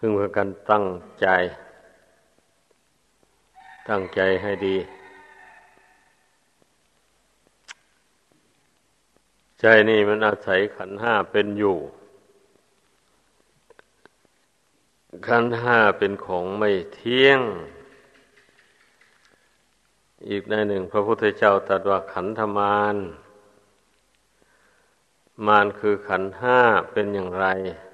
พึงพากันตั้งใจให้ดีใจนี่มันอาศัยขันธ์ห้าเป็นอยู่ขันธ์ห้าเป็นของไม่เที่ยงอีกในหนึ่งพระพุทธเจ้าตรัสว่าขันธมารมารคือขันธ์ห้าเป็นอย่างไร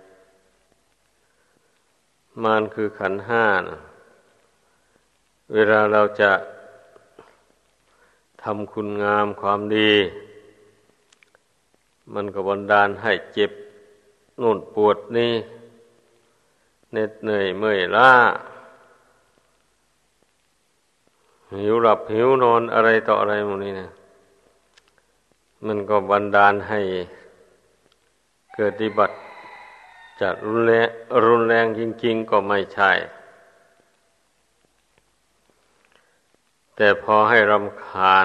มารคือขันธ์ห้านะเวลาเราจะทำคุณงามความดีมันก็บันดาลให้เจ็บนู่นปวดนี่เหน็ดเหนื่อยเมื่อยล้าหิวหลับหิวนอนอะไรต่ออะไรหมดนี้นะมันก็บันดาลให้เกิดวิบัติจะรุนแรงจริงๆก็ไม่ใช่แต่พอให้รำคาญ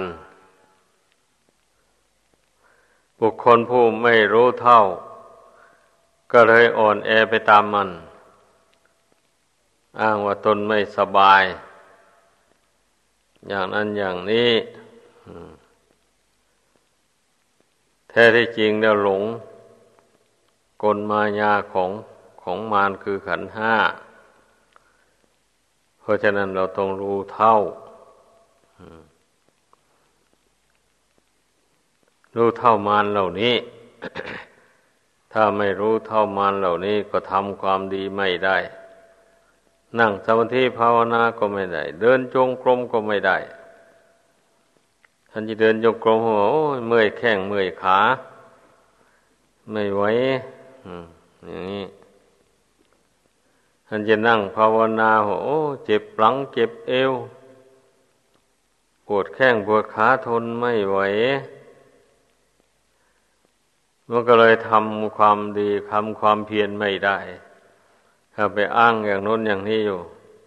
บุคคลผู้ไม่รู้เท่าก็เลยอ่อนแอไปตามมันอ้างว่าตนไม่สบายอย่างนั้นอย่างนี้แท้ที่จริงแล้วหลงกลมายาของมารคือขันธ์ห้าเพราะฉะนั้นเราต้องรู้เท่ารู้เท่ามารเหล่านี้ ถ้าไม่รู้เท่ามารเหล่านี้ก็ทำความดีไม่ได้นั่งสมาธิภาวนาก็ไม่ได้เดินจงกรมก็ไม่ได้ท่านจะเดินจงกรมโอ้ยเมื่อยแข้งเมื่อยขาไม่ไหวอย่างนี้ท่านจะนั่งภาวนาโอ้เจ็บหลังเจ็บเอวปวดแข้งปวดขาทนไม่ไหวมันก็เลยทำความดีทำความเพียรไม่ได้ถ้าไปอ้างอย่างโน้นอย่างนี้อยู่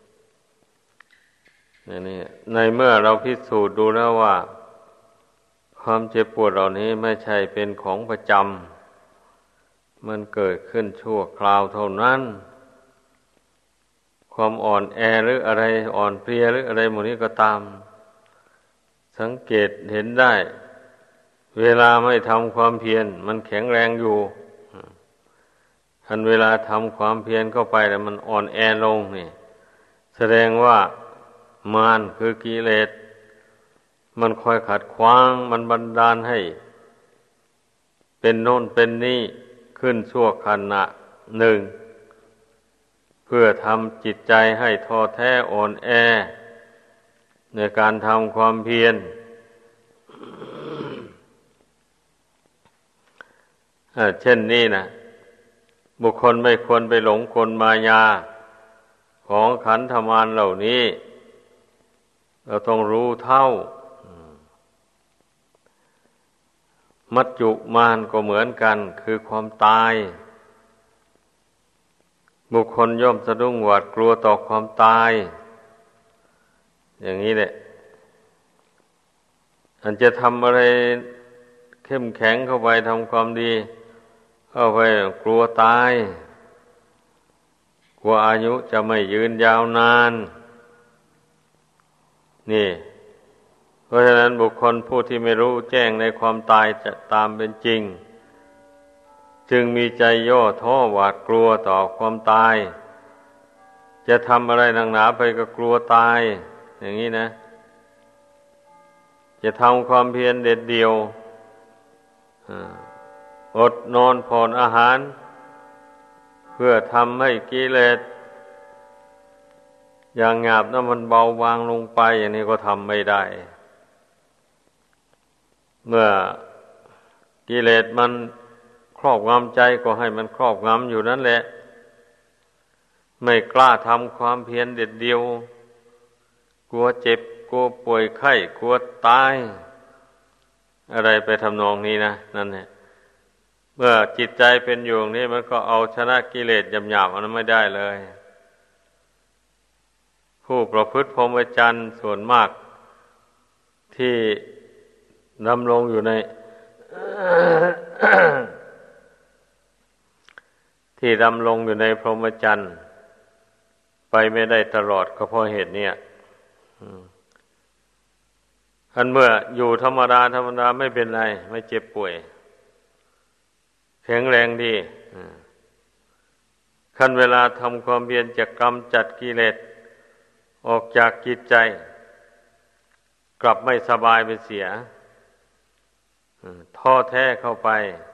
นี่ในเมื่อเราพิสูจน์ดูแล้วว่าความเจ็บปวดเหล่านี้ไม่ใช่เป็นของประจำมันเกิดขึ้นชั่วคราวเท่านั้นความอ่อนแอหรืออะไรอ่อนเพลียหรืออะไรหมดนี้ก็ตามสังเกตเห็นได้เวลาไม่ทำความเพียรมันแข็งแรงอยู่ทันเวลาทำความเพียรเข้าไปแล้วมันอ่อนแอลงนี่แสดงว่ามารคือกิเลสมันคอยขัดขวางมันบันดาลให้เป็นโน่นเป็นนี่ขึ้นชั่วขณะหนึ่งเพื่อทำจิตใจให้ท้อแท้อ่อนแอในการทำความเพียรเช่นนี้นะบุคคลไม่ควรไปหลงกลมายาของขันธมารเหล่านี้เราต้องรู้เท่ามัจจุมารก็เหมือนกันคือความตายบุคคลย่อมสะดุ้งหวาดกลัวต่อความตายอย่างนี้แหละอันจะทำอะไรเข้มแข็งเข้าไปทำความดีเข้าไปกลัวตายกลัวอายุจะไม่ยืนยาวนานนี่เพราะฉะนั้นบุคคลผู้ที่ไม่รู้แจ้งในความตายจะตามเป็นจริงจึงมีใจย่อท้อหวาดกลัวต่อความตายจะทำอะไรหนักหนาไปก็กลัวตายอย่างนี้นะจะทำความเพียรเด็ดเดี่ยวอดนอนผ่อนอาหารเพื่อทำให้กิเลสอย่างหยาบนั้นมันเบาบางลงไปอย่างนี้ก็ทำไม่ได้เมื่อกิเลสมันครอบงำใจก็ให้มันครอบงำอยู่นั่นแหละไม่กล้าทำความเพียรเด็ดเดียวกลัวเจ็บกลัวป่วยไข้กลัวตายอะไรไปทำนองนี้นะนั่นแหละเมื่อจิตใจเป็นอยู่อย่างนี้มันก็เอาชนะกิเลสหยาบๆอันนั้นไม่ได้เลยผู้ประพฤติพรหมจรรย์ส่วนมากที่ดำรงอยู่ใน ที่ดำรงอยู่ในพรหมจรรย์ไม่ได้ตลอดก็เพราะเหตุเนี้ยอันเมื่ออยู่ธรรมดาไม่เป็นไรไม่เจ็บป่วยแข็งแรงดีขั้นเวลาทำความเพียรจะกำจัดกิเลสออกจากจิตใจกลับไม่สบายไปเสียท้อแท้เข้าไป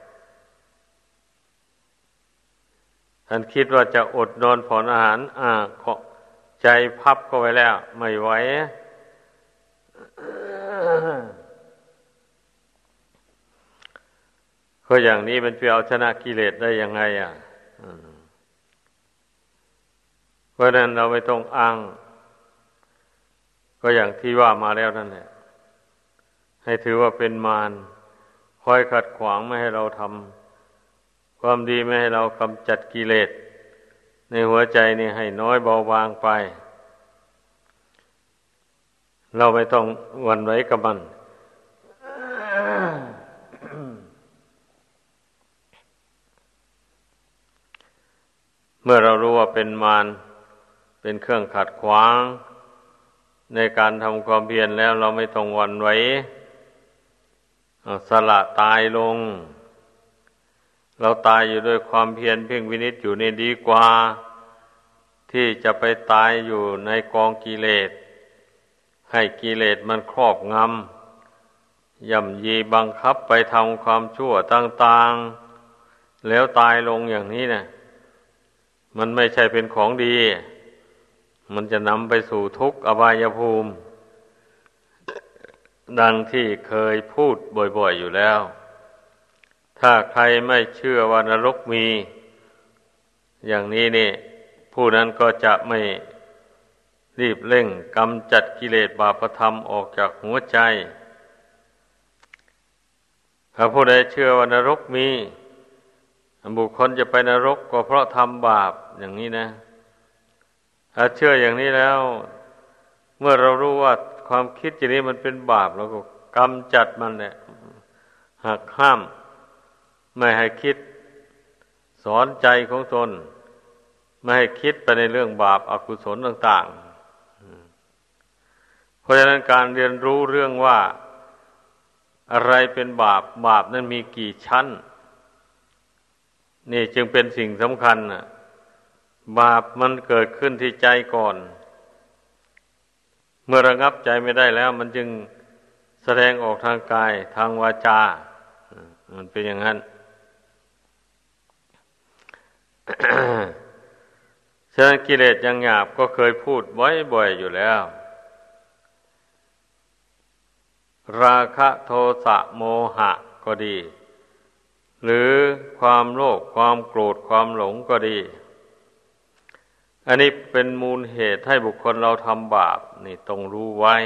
ท่านคิดว่าจะอดนอนผ่อนอาหารใจพับเข้าไปแล้วไม่ไหวก็อย่างนี้มันจะเอาชนะกิเลสได้ยังไงเพราะนั้นเราไม่ต้องอ้างก็อย่างที่ว่ามาแล้วนั่นแหละให้ถือว่าเป็นมารคอยขัดขวางไม่ให้เราทำความดีไม่ให้เรากำจัดกิเลสในหัวใจนี่ให้น้อยเบาบางไปเราไม่ต้องหวั่นไหวกับมัน เมื่อเรารู้ว่าเป็นมารเป็นเครื่องขัดขวางในการทำความเพียรแล้วเราไม่ต้องหวั่นไหวสละตายลงเราตายอยู่ด้วยความเพียรเพ่งวินิจอยู่นี่ดีกว่าที่จะไปตายอยู่ในกองกิเลสให้กิเลสมันครอบงำย่ำยีบังคับไปทำความชั่วต่างๆแล้วตายลงอย่างนี้นะมันไม่ใช่เป็นของดีมันจะนำไปสู่ทุกข์อบายภูมิดังที่เคยพูดบ่อยๆอยู่แล้วถ้าใครไม่เชื่อว่านรกมีอย่างนี้นี่ผู้นั้นก็จะไม่รีบเร่งกำจัดกิเลสบาปธรรมออกจากหัวใจถ้าผู้ใดเชื่อว่านรกมีบุคคลจะไปนรกก็เพราะทำบาปอย่างนี้นะถ้าเชื่ออย่างนี้แล้วเมื่อเรารู้ว่าความคิดอย่างนี้มันเป็นบาปเราก็กำจัดมันแหละหักห้ามไม่ให้คิดสอนใจของตนไม่ให้คิดไปในเรื่องบาปอกุศลต่างๆเพราะฉะนั้นการเรียนรู้เรื่องว่าอะไรเป็นบาปนั้นมีกี่ชั้นนี่จึงเป็นสิ่งสำคัญน่ะบาปมันเกิดขึ้นที่ใจก่อนเมื่อระงับใจไม่ได้แล้วมันจึงแสดงออกทางกายทางวาจามันเป็นอย่างนั้น ฉะนั้นกิเลสยังหยาบก็เคยพูดไว้บ่อยอยู่แล้วราคะโทสะโมหะก็ดีหรือความโลภความโกรธความหลงก็ดีอันนี้เป็นมูลเหตุให้บุคคลเราทำบาปนี่ต้องรู้ไว้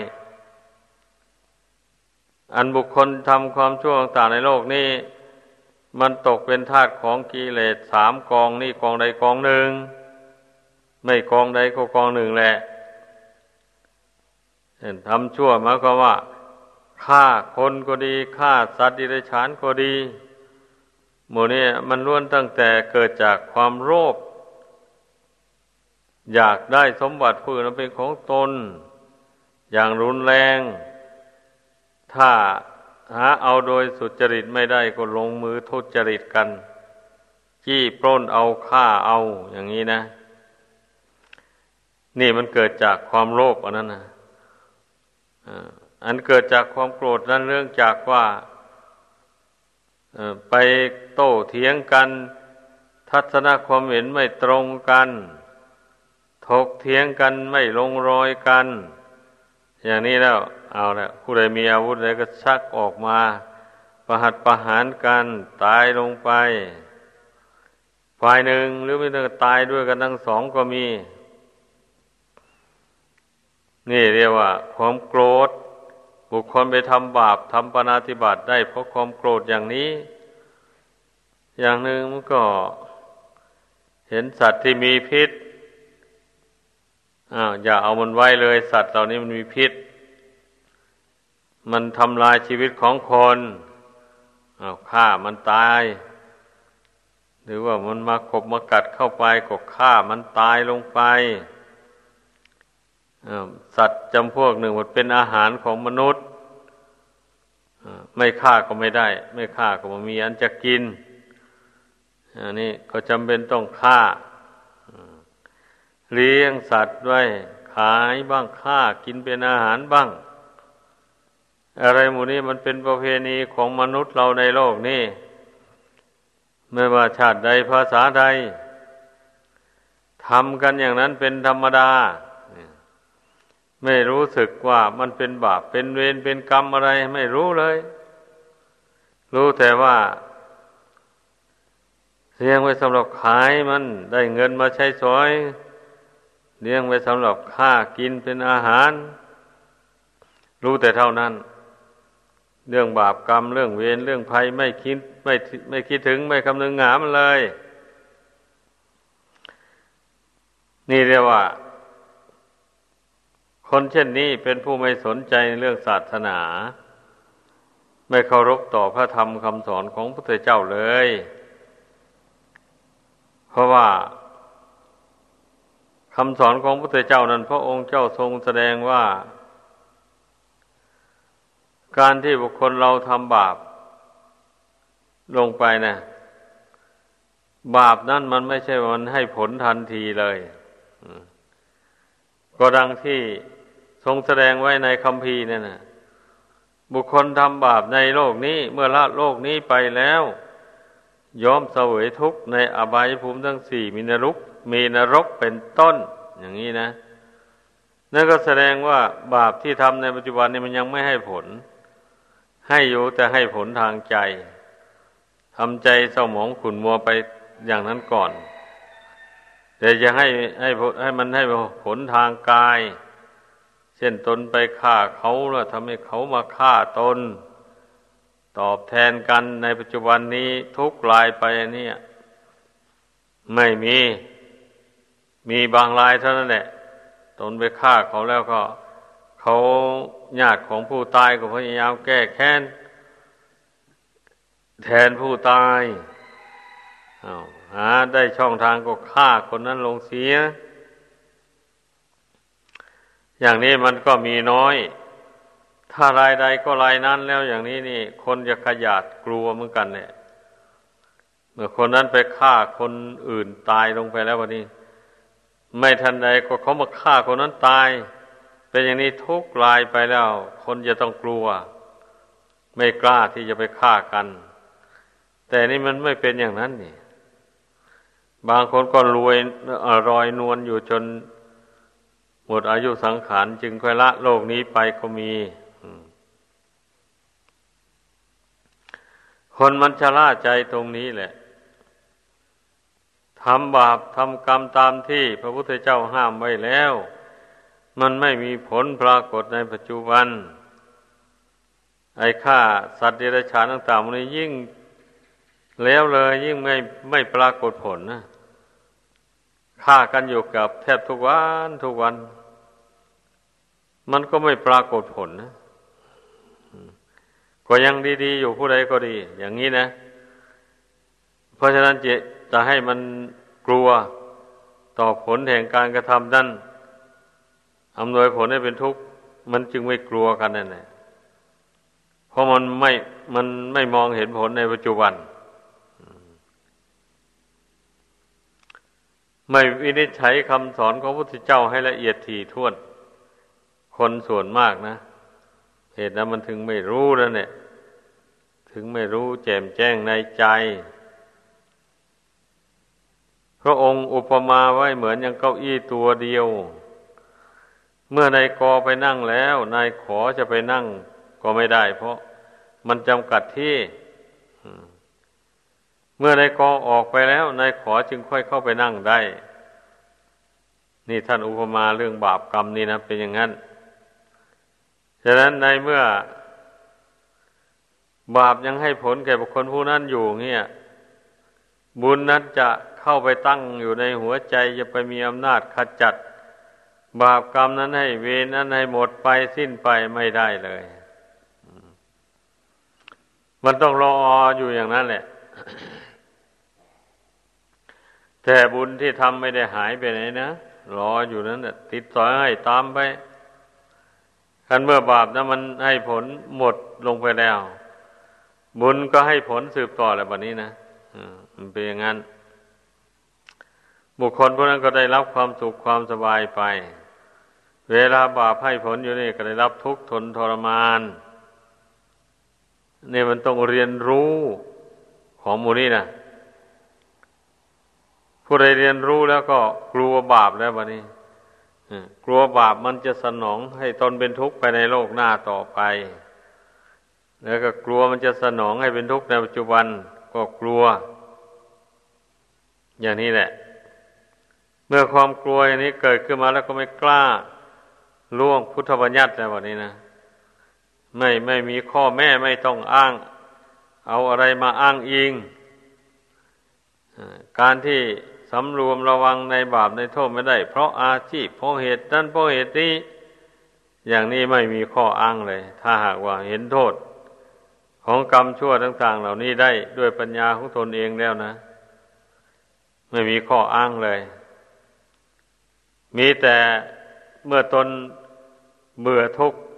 อันบุคคลทำความชั่วต่างๆในโลกนี้มันตกเป็นทาสของกิเลส3กองนี่กองใดกองหนึ่งไม่กองใดก็กองหนึ่งแหละทำชั่วหมายความว่าฆ่าคนก็ดีฆ่าสัตว์ดิเรกชันก็ดีหมู่นี้มันล้วนตั้งแต่เกิดจากความโลภอยากได้สมบัติผู้อื่นเป็นของตนอย่างรุนแรงถ้าหาเอาโดยสุจริตไม่ได้ก็ลงมือทุจริตกันจี้ปล้นเอาฆ่าเอาอย่างนี้นะนี่มันเกิดจากความโลภอันนั้นนะอันเกิดจากความโกรธนั้นเรื่องจากว่าไปโต้เถียงกันทัศนความเห็นไม่ตรงกันถกเถียงกันไม่ลงรอยกันอย่างนี้แล้วเอาละผู้ใดมีอาวุธใดก็ชักออกมาประหัตประหารกันตายลงไปฝ่ายหนึ่งหรือไม่ต้องตายด้วยกันทั้งสองก็มีนี่เรียกว่าความโกรธบุคคลไปทำบาปทำปาณาติบาตได้เพราะความโกรธอย่างนี้อย่างหนึ่งมันก็เห็นสัตว์ที่มีพิษอย่าเอามันไว้เลยสัตว์เหล่านี้มันมีพิษมันทำลายชีวิตของคนฆ่ามันตายหรือว่ามันมาขบมากัดเข้าไปก็ฆ่ามันตายลงไปสัตว์จำพวกหนึ่งมันเป็นอาหารของมนุษย์ไม่ฆ่าก็ไม่ได้ไม่ฆ่าก็ไม่มีอันจะกินอันนี้ก็จำเป็นต้องฆ่าเลี้ยงสัตว์ไว้ขายบ้างฆ่ากินเป็นอาหารบ้างอะไรหมู่นี้มันเป็นประเพณีของมนุษย์เราในโลกนี้ไม่ว่าชาติใดภาษาใดทำกันอย่างนั้นเป็นธรรมดาไม่รู้สึกว่ามันเป็นบาปเป็นเวรเป็นกรรมอะไรไม่รู้เลยรู้แต่ว่าเลี้ยงไว้สำหรับขายมันได้เงินมาใช้สอยเลี้ยงไว้สำหรับฆ่ากินเป็นอาหารรู้แต่เท่านั้นเรื่องบาปกรรมเรื่องเวรเรื่องภัยไม่คิดถึงไม่คำนึงหามันเลยนี่เรียกว่าคนเช่นนี้เป็นผู้ไม่สนใจในเรื่องศาสนาไม่เคารพต่อพระธรรมคำสอนของพระพุทธเจ้าเลยเพราะว่าคำสอนของพระพุทธเจ้านั้นพระองค์เจ้าทรงแสดงว่าการที่บุคคลเราทำบาปลงไปนะบาปนั้นมันไม่ใช่ว่ามันให้ผลทันทีเลยก็ดังที่ทรงแสดงไว้ในคัมภีร์นั่นนะบุคคลทำบาปในโลกนี้เมื่อละโลกนี้ไปแล้วย่อมเสวยทุกข์ในอบายภูมิทั้งสี่มีนรกเป็นต้นอย่างนี้นะนั่นก็แสดงว่าบาปที่ทำในปัจจุบันนี้มันยังไม่ให้ผลให้อยู่แต่ให้ผลทางใจทำใจเศร้าหมองขุ่นมัวไปอย่างนั้นก่อนแต่จะให้มันให้ผลทางกายเช่นตนไปฆ่าเขาแล้วทำให้เขามาฆ่าตนตอบแทนกันในปัจจุบันนี้ทุกรายไปเนี่ยไม่มีบางรายเท่านั้นแหละตนไปฆ่าเขาแล้วก็เขาญาติของผู้ตายก็พยายามแก้แค้นแทนผู้ตายหาได้ช่องทางก็ฆ่าคนนั้นลงเสียอย่างนี้มันก็มีน้อยถ้ารายใดก็รายนั้นแล้วอย่างนี้นี่คนจะขยาดกลัวเหมือนกันเนี่ยเมื่อคนนั้นไปฆ่าคนอื่นตายลงไปแล้ววันนี้ไม่ทันใดก็เขามาฆ่าคนนั้นตายเป็นอย่างนี้ทุกรายไปแล้วคนจะต้องกลัวไม่กล้าที่จะไปฆ่ากันแต่นี่มันไม่เป็นอย่างนั้นนี่บางคนก็รวยรอยนวลอยู่จนหมดอายุสังขารจึงค่อยละโลกนี้ไปก็มีคนมันชราใจตรงนี้แหละทำบาปทำกรรมตามที่พระพุทธเจ้าห้ามไว้แล้วมันไม่มีผลปรากฏในปัจจุบันไอ้ฆ่าสัตว์เดรัจฉานต่างๆมันยิ่งแล้วเลยยิ่งไม่ปรากฏผลนะฆ่ากันอยู่กับแทบทุกวันมันก็ไม่ปรากฏผลนะก็ยังดีๆอยู่ผู้ใดก็ดีอย่างนี้นะเพราะฉะนั้นจะให้มันกลัวต่อผลแห่งการกระทำนั้นอำนวยผลให้เป็นทุกข์มันจึงไม่กลัวกันนั่นแหละเพราะมันไม่มองเห็นผลในปัจจุบันไม่วินิจฉัยคำสอนของพระพุทธเจ้าให้ละเอียดถี่ถ้วนคนส่วนมากนะเหตุนั้นมันถึงไม่รู้นั่นแหละถึงไม่รู้แจ่มแจ้งในใจพระองค์อุปมาไว้เหมือนอย่างเก้าอี้ตัวเดียวเมื่อนายกไปนั่งแล้วนายขอจะไปนั่งก็ไม่ได้เพราะมันจำกัดที่เมื่อนายกออกไปแล้วนายขอจึงค่อยเข้าไปนั่งได้นี่ท่านอุปมาเรื่องบาปกรรมนี่นะเป็นอย่างนั้นฉะนั้นในเมื่อบาปยังให้ผลแก่บุคคลผู้นั้นอยู่เงี้ยบุญนั้นจะเข้าไปตั้งอยู่ในหัวใจจะไปมีอำนาจขจัดบาปกรรมนั้นให้เวรนั้นให้หมดไปสิ้นไปไม่ได้เลยมันต้องรออยู่อย่างนั้นแหละแต่บุญที่ทำไม่ได้หายไปไหนนะรออยู่นั้นน่ะติดสอยให้ตามไปคันเมื่อบาปนะมันให้ผลหมดลงไปแล้วบุญก็ให้ผลสืบต่อแล้วบัดนี้นะมันเป็นอย่างนั้นบุคคลพวกนั้นก็ได้รับความสุขความสบายไปเวลาบาปให้ผลอยู่นี่ก็ได้รับทุกข์ทนทรมานนี่มันต้องเรียนรู้ของหมู่นี้นะผู้ใดเรียนรู้แล้วก็กลัวบาปแล้วบัดนี้กลัวบาปมันจะสนองให้ตนเป็นทุกข์ไปในโลกหน้าต่อไปแล้วก็กลัวมันจะสนองให้เป็นทุกข์ในปัจจุบันก็กลัวอย่างนี้แหละเมื่อความกลัวอย่างนี้เกิดขึ้นมาแล้วก็ไม่กล้าล่วงพุทธบัญญัติแล้วบัดนี้นะไม่มีข้อแม่ไม่ต้องอ้างเอาอะไรมาอ้างอิงการที่สำรวมระวังในบาปในโทษไม่ได้เพราะอาชีพเพราะเหตุนั้นเพราะเหตุนี้อย่างนี้ไม่มีข้ออ้างเลยถ้าหากว่าเห็นโทษของกรรมชั่วต่างๆเหล่านี้ได้ด้วยปัญญาของตนเองแล้วนะไม่มีข้ออ้างเลยมีแต่เมื่อตนเบื่อทุกข์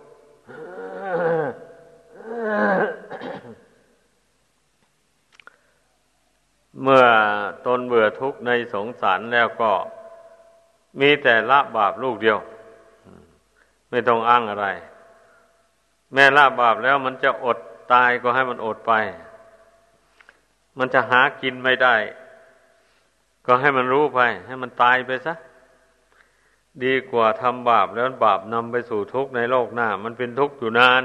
เมื่อตนเบื่อทุกข์ในสงสารแล้วก็มีแต่ละบาปลูกเดียวไม่ต้องอ้างอะไรแม้ละบาปแล้วมันจะอดตายก็ให้มันอดไปมันจะหากินไม่ได้ก็ให้มันรู้ไปให้มันตายไปซะดีกว่าทำบาปแล้วบาปนำไปสู่ทุกข์ในโลกหน้ามันเป็นทุกข์อยู่นาน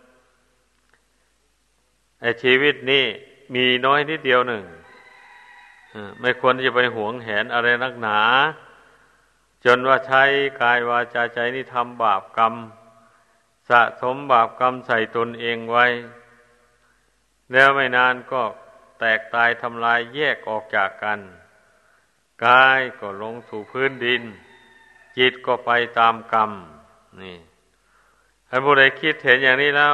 ไอ้ชีวิตนี้มีน้อยนิดเดียวหนึ่งไม่ควรจะไปหวงแหนอะไรนักหนาจนว่าใช้กายวาจาใจนี่ทำบาปกรรมสะสมบาปกรรมใส่ตนเองไว้แล้วไม่นานก็แตกตายทำลายแยกออกจากกันกายก็ลงสู่พื้นดินจิตก็ไปตามกรรมนี่ถ้าผู้ใดคิดเห็นอย่างนี้แล้ว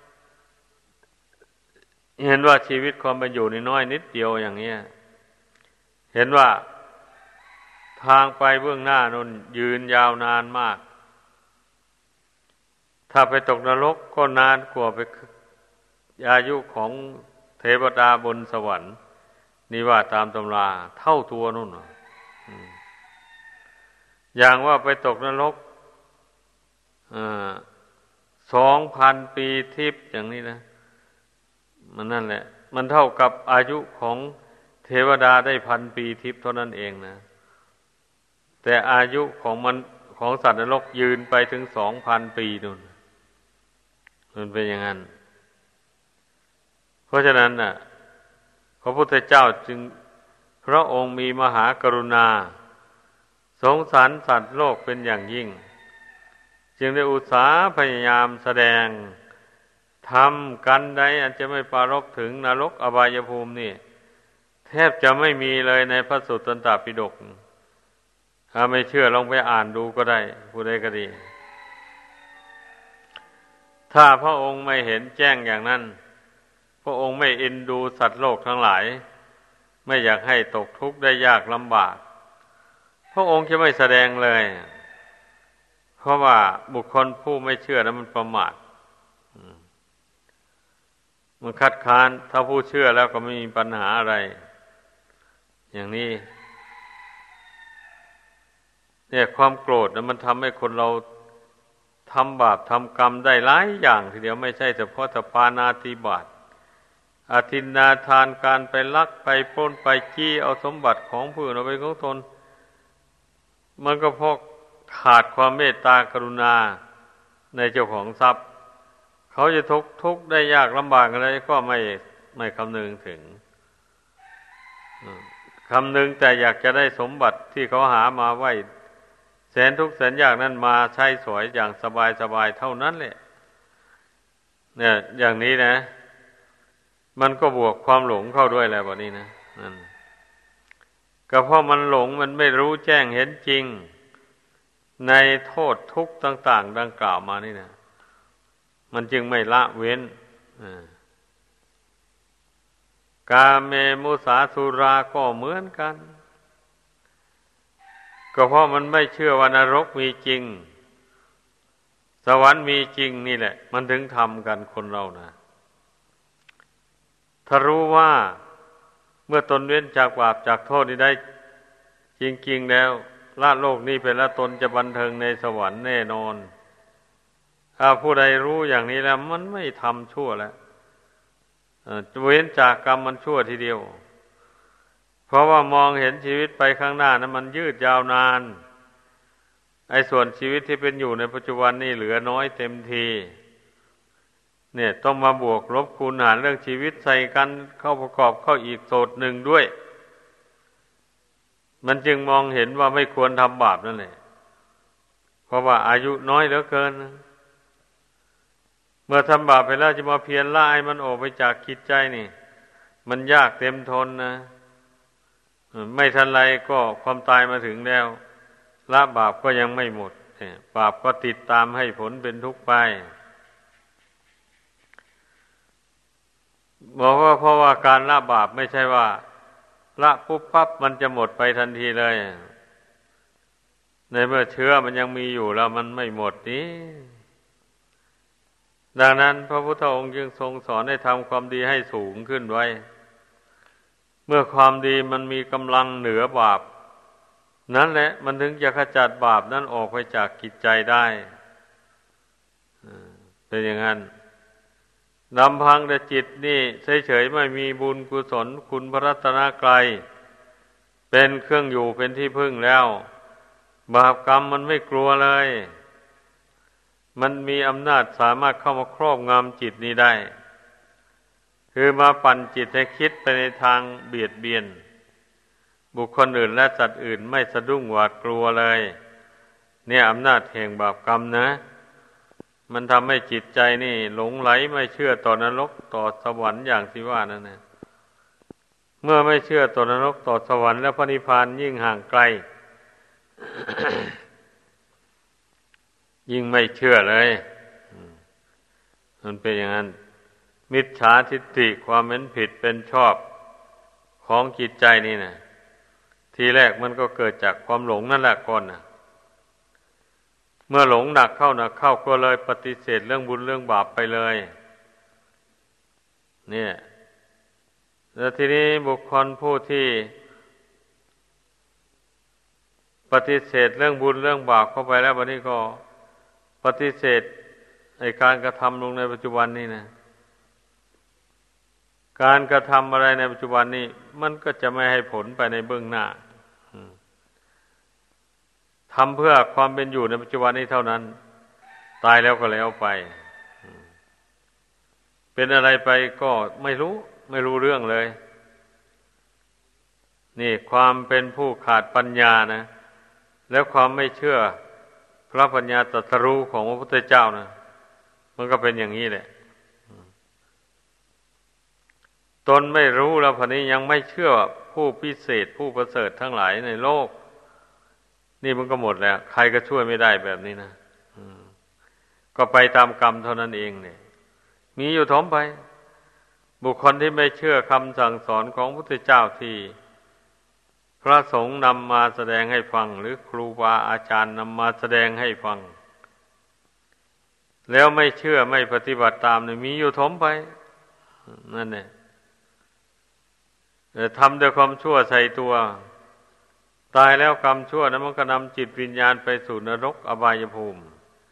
เห็นว่าชีวิตความเป็นอยู่นี่น้อยนิดเดียวอย่างนี้เห็นว่าทางไปเบื้องหน้านั้นยืนยาวนานมากถ้าไปตกนรกก็นานกว่าไปอายุของเทวดาบนสวรรค์นี่ว่าตามตำราเท่าตัวนู่นอย่างว่าไปตกนรก2,000 ปีทิพย์อย่างนี้นะมันนั่นแหละมันเท่ากับอายุของเทวดาได้1,000 ปีทิพย์เท่านั้นเองนะแต่อายุของมันของสัตว์นรกยืนไปถึง 2,000 ปีนู่นมันเป็นอย่างนั้นเพราะฉะนั้นน่ะพระพุทธเจ้าจึงพระองค์มีมหากรุณาสงสารสัตว์โลกเป็นอย่างยิ่งจึงได้อุตสาห์พยายามแสดงทำกันใดอันจะไม่ปรารภถึงนรกอบายภูมินี่แทบจะไม่มีเลยในพระสุตตันตปิฎกถ้าไม่เชื่อลองไปอ่านดูก็ได้ผู้ใดก็ดีถ้าพระองค์ไม่เห็นแจ้งอย่างนั้นพระองค์ไม่เอ็นดูสัตว์โลกทั้งหลายไม่อยากให้ตกทุกข์ได้ยากลำบากพระองค์จะไม่แสดงเลยเพราะว่าบุคคลผู้ไม่เชื่อนั้นมันประมาทมันคัดค้านถ้าผู้เชื่อแล้วก็ไม่มีปัญหาอะไรอย่างนี้เนี่ยความโกรธนะมันทำให้คนเราทำบาปทำกรรมได้หลายอย่างทีเดียวไม่ใช่เฉพาะแต่ปาณาติบาตอทินนาทานการไปลักไปปล้นไปจี้เอาสมบัติของผู้อื่นเอาไปของตนมันก็เพราะขาดความเมตตากรุณาในเจ้าของทรัพย์เขาจะทุกข์ได้ยากลำบากอะไรก็ไม่คำนึงถึงคำนึงแต่อยากจะได้สมบัติที่เขาหามาไว้แสนทุกข์แสนยากนั้นมาใช้สวยอย่างสบายๆเท่านั้นแหละเนี่ยอย่างนี้นะมันก็บวกความหลงเข้าด้วยแหละแบบนี้นะนั่นก็เพราะมันหลงมันไม่รู้แจ้งเห็นจริงในโทษทุกข์ต่างๆดังกล่าวมานี่นะมันจึงไม่ละเว้นกาเมมุสาสุราก็เหมือนกันก็เพราะมันไม่เชื่อว่านรกมีจริงสวรรค์มีจริงนี่แหละมันถึงทำกันคนเรานะถ้ารู้ว่าเมื่อตนเว้นจากบาปจากโทษนี้ได้จริงๆแล้วละโลกนี้ไปแล้วตนจะบันเทิงในสวรรค์แน่นอนถ้าผู้ใดรู้อย่างนี้แล้วมันไม่ทำชั่วแล้วเว้นจากกรรมมันชั่วทีเดียวเพราะว่ามองเห็นชีวิตไปข้างหน้านั้นมันยืดยาวนานไอ้ส่วนชีวิตที่เป็นอยู่ในปัจจุบันนี่เหลือน้อยเต็มทีเนี่ยต้องมาบวกลบคูณหารเรื่องชีวิตใส่กันเข้าประกอบเข้าอีกโสดหนึ่งด้วยมันจึงมองเห็นว่าไม่ควรทำบาปนั่นแหละเพราะว่าอายุน้อยเหลือเกินเมื่อทำบาปไปแล้วจะมาเพียรละให้มันออกไปจากจิตใจนี่มันยากเต็มทนนะไม่ทันไรก็ความตายมาถึงแล้วละบาปก็ยังไม่หมดบาปก็ติดตามให้ผลเป็นทุกข์ไปบอกว่าเพราะว่าการละบาปไม่ใช่ว่าละปุ๊บปั๊บมันจะหมดไปทันทีเลยในเมื่อเชื้อมันยังมีอยู่แล้วมันไม่หมดนี้ดังนั้นพระพุทธองค์จึงทรงสอนให้ทำความดีให้สูงขึ้นไว้เมื่อความดีมันมีกำลังเหนือบาปนั่นแหละมันถึงจะขจัดบาปนั้นออกไปจากจิตใจได้เป็นอย่างนั้นลำพังแต่จิตนี่เฉยๆไม่มีบุญกุศลคุณพระรัตนกรัยเป็นเครื่องอยู่เป็นที่พึ่งแล้วบาปกรรมมันไม่กลัวเลยมันมีอำนาจสามารถเข้ามาครอบงำจิตนี้ได้คือมาปั่นจิตให้คิดไปในทางเบียดเบียนบุคคลอื่นและสัตว์อื่นไม่สะดุ้งหวาดกลัวเลยเนี่ยอำนาจแห่งบาปกรรมนะมันทำให้จิตใจนี่หลงไหลไม่เชื่อต่อนรกต่อสวรรค์อย่างที่ว่านั่นนะเมื่อไม่เชื่อต่อนรกต่อสวรรค์แล้วพระนิพพานยิ่งห่างไกล ยิ่งไม่เชื่อเลยมันเป็นอย่างนั้นมิจฉาทิฏฐิความเห็นผิดเป็นชอบของจิตใจนี่นะทีแรกมันก็เกิดจากความหลงนั่นแหละก่อนนะเมื่อหลงหนักเข้าก็เลยปฏิเสธเรื่องบุญเรื่องบาปไปเลยเนี่ยแล้วทีนี้บุคคลผู้ที่ปฏิเสธเรื่องบุญเรื่องบาปเข้าไปแล้ววันนี้ก็ปฏิเสธในการกระทำลงในปัจจุบันนี่นะการกระทำอะไรในปัจจุบันนี้มันก็จะไม่ให้ผลไปในเบื้องหน้าทำเพื่อความเป็นอยู่ในปัจจุบันนี้เท่านั้นตายแล้วก็แล้วไปเป็นอะไรไปก็ไม่รู้เรื่องเลยนี่ความเป็นผู้ขาดปัญญานะแล้วความไม่เชื่อพระปัญญาตรัสรู้ของพระพุทธเจ้านะมันก็เป็นอย่างนี้แหละตนไม่รู้แล้วพอนี้ยังไม่เชื่อผู้พิเศษผู้ประเสริฐทั้งหลายในโลกนี่มันก็หมดแล้วใครก็ช่วยไม่ได้แบบนี้นะก็ไปตามกรรมเท่านั้นเองเนี่ยมีอยู่ถมไปบุคคลที่ไม่เชื่อคำสั่งสอนของพระพุทธเจ้าที่พระสงฆ์นำมาแสดงให้ฟังหรือครูบาอาจารย์นำมาแสดงให้ฟังแล้วไม่เชื่อไม่ปฏิบัติตามเนี่ยมีอยู่ถมไปนั่นแหละทำด้วยความชั่วใส่ตัวตายแล้วกรรมชั่วนั้นมันก็นำจิตวิญญาณไปสู่นรกอบายภูมิ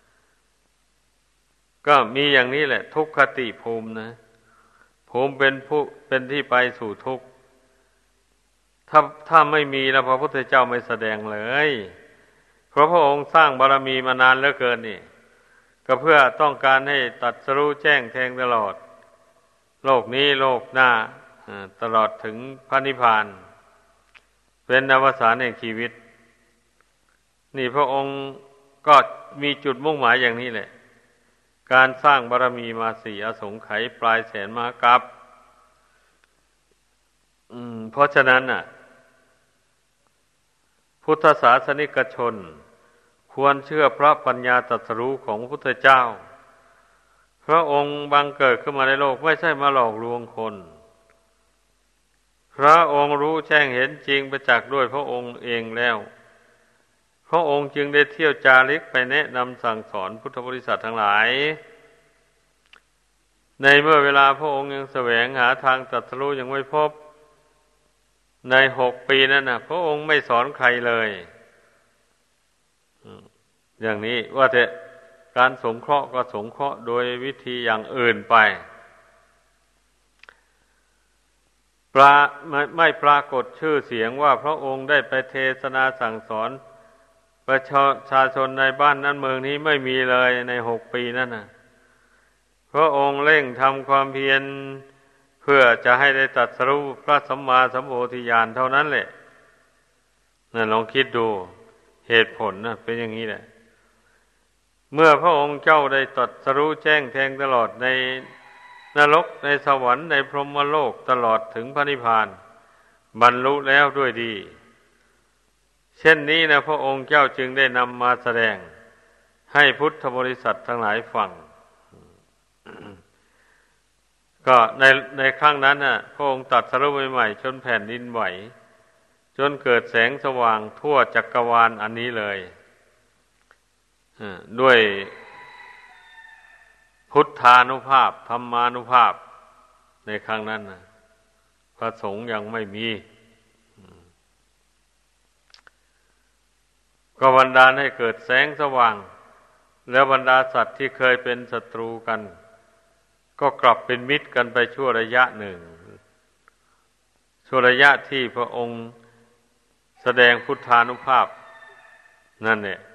ก็มีอย่างนี้แหละทุกขติภูมินะภูมิเป็นที่ไปสู่ทุกข์ถ้าไม่มีแล้วพระพุทธเจ้าไม่แสดงเลยเพราะพระองค์สร้างบารมีมานานเหลือเกินนี่ก็เพื่อต้องการให้ตรัสรู้แจ้งแทงตลอดโลกนี้โลกหน้าตลอดถึงพระนิพพานเป็นอวสานแห่งชีวิตนี่พระองค์ก็มีจุดมุ่งหมายอย่างนี้แหละการสร้างบารมีมา4อสงไขยปลายแสนมหากัปเพราะฉะนั้นน่ะพุทธศาสนิกชนควรเชื่อพระปัญญาตรัสรู้ของพระพุทธเจ้าพระองค์บังเกิดขึ้นมาในโลกไม่ใช่มาหลอกลวงคนพระองค์รู้แจ้งเห็นจริงประจักษ์ด้วยพระองค์เองแล้วพระองค์จึงได้เที่ยวจาริกไปแนะนำสั่งสอนพุทธบริษัททั้งหลายในเมื่อเวลาพระองค์ยังแสวงหาทางตรัสรู้ยังไม่พบใน6 ปีนั้นพระองค์ไม่สอนใครเลยอย่างนี้ว่าแต่การสงเคราะห์ก็สงเคราะห์โดยวิธีอย่างอื่นไปไม่ปรากฏชื่อเสียงว่าพระองค์ได้ไปเทศนาสั่งสอนประชาชนในบ้านนั้นเมืองนี้ไม่มีเลยใน6 ปีนั่นพระองค์เร่งทำความเพียรเพื่อจะให้ได้ตรัสรู้พระสัมมาสัมโพธิญาณเท่านั้นแหละนั่นลองคิดดูเหตุผลเป็นอย่างนี้แหละเมื่อพระองค์เจ้าได้ตรัสรู้แจ้งแทงตลอดในนรกในสวรรค์ในพรหมโลกตลอดถึงพระนิพพานบรรลุแล้วด้วยดีเช่นนี้พระองค์เจ้าจึงได้นำมาแสดงให้พุทธบริษัททั้งหลายฟังก็ในครั้งนั้นพระองค์ตรัสรู้ใหม่ๆจนแผ่นดินไหวจนเกิดแสงสว่างทั่วจักรวาลอันนี้เลยด้วยพุทธานุภาพธรรมานุภาพในครั้งนั้นพระสงฆ์ยังไม่มีก็บันดาลให้เกิดแสงสว่างแล้วบรรดาสัตว์ที่เคยเป็นศัตรูกันก็กลับเป็นมิตรกันไปชั่วระยะหนึ่งชั่วระยะที่พระองค์แสดงพุทธานุภาพนั่นเนี่ย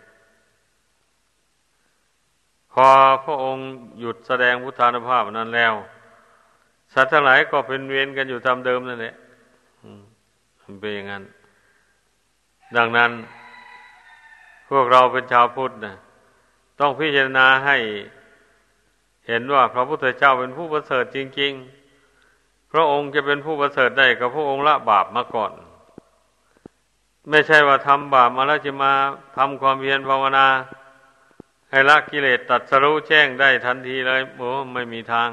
พอพระองค์หยุดแสดงพุทธานุภาพนั้นแล้วสัตว์ทั้งหลายก็เป็นเวรกันอยู่ตามเดิมนั่นแหละมันเป็นอย่างนั้นดังนั้นพวกเราเป็นชาวพุทธต้องพิจารณาให้เห็นว่าพระพุทธเจ้าเป็นผู้ประเสริฐจริงๆพระองค์จะเป็นผู้ประเสริฐได้ก็พระองค์ละบาปมาก่อนไม่ใช่ว่าทำบาปมาแล้วจะมาทำความเพียรภาวนาให้ละกิเลสตัดสรู้แจ้งได้ทันทีเลยไม่มีทาง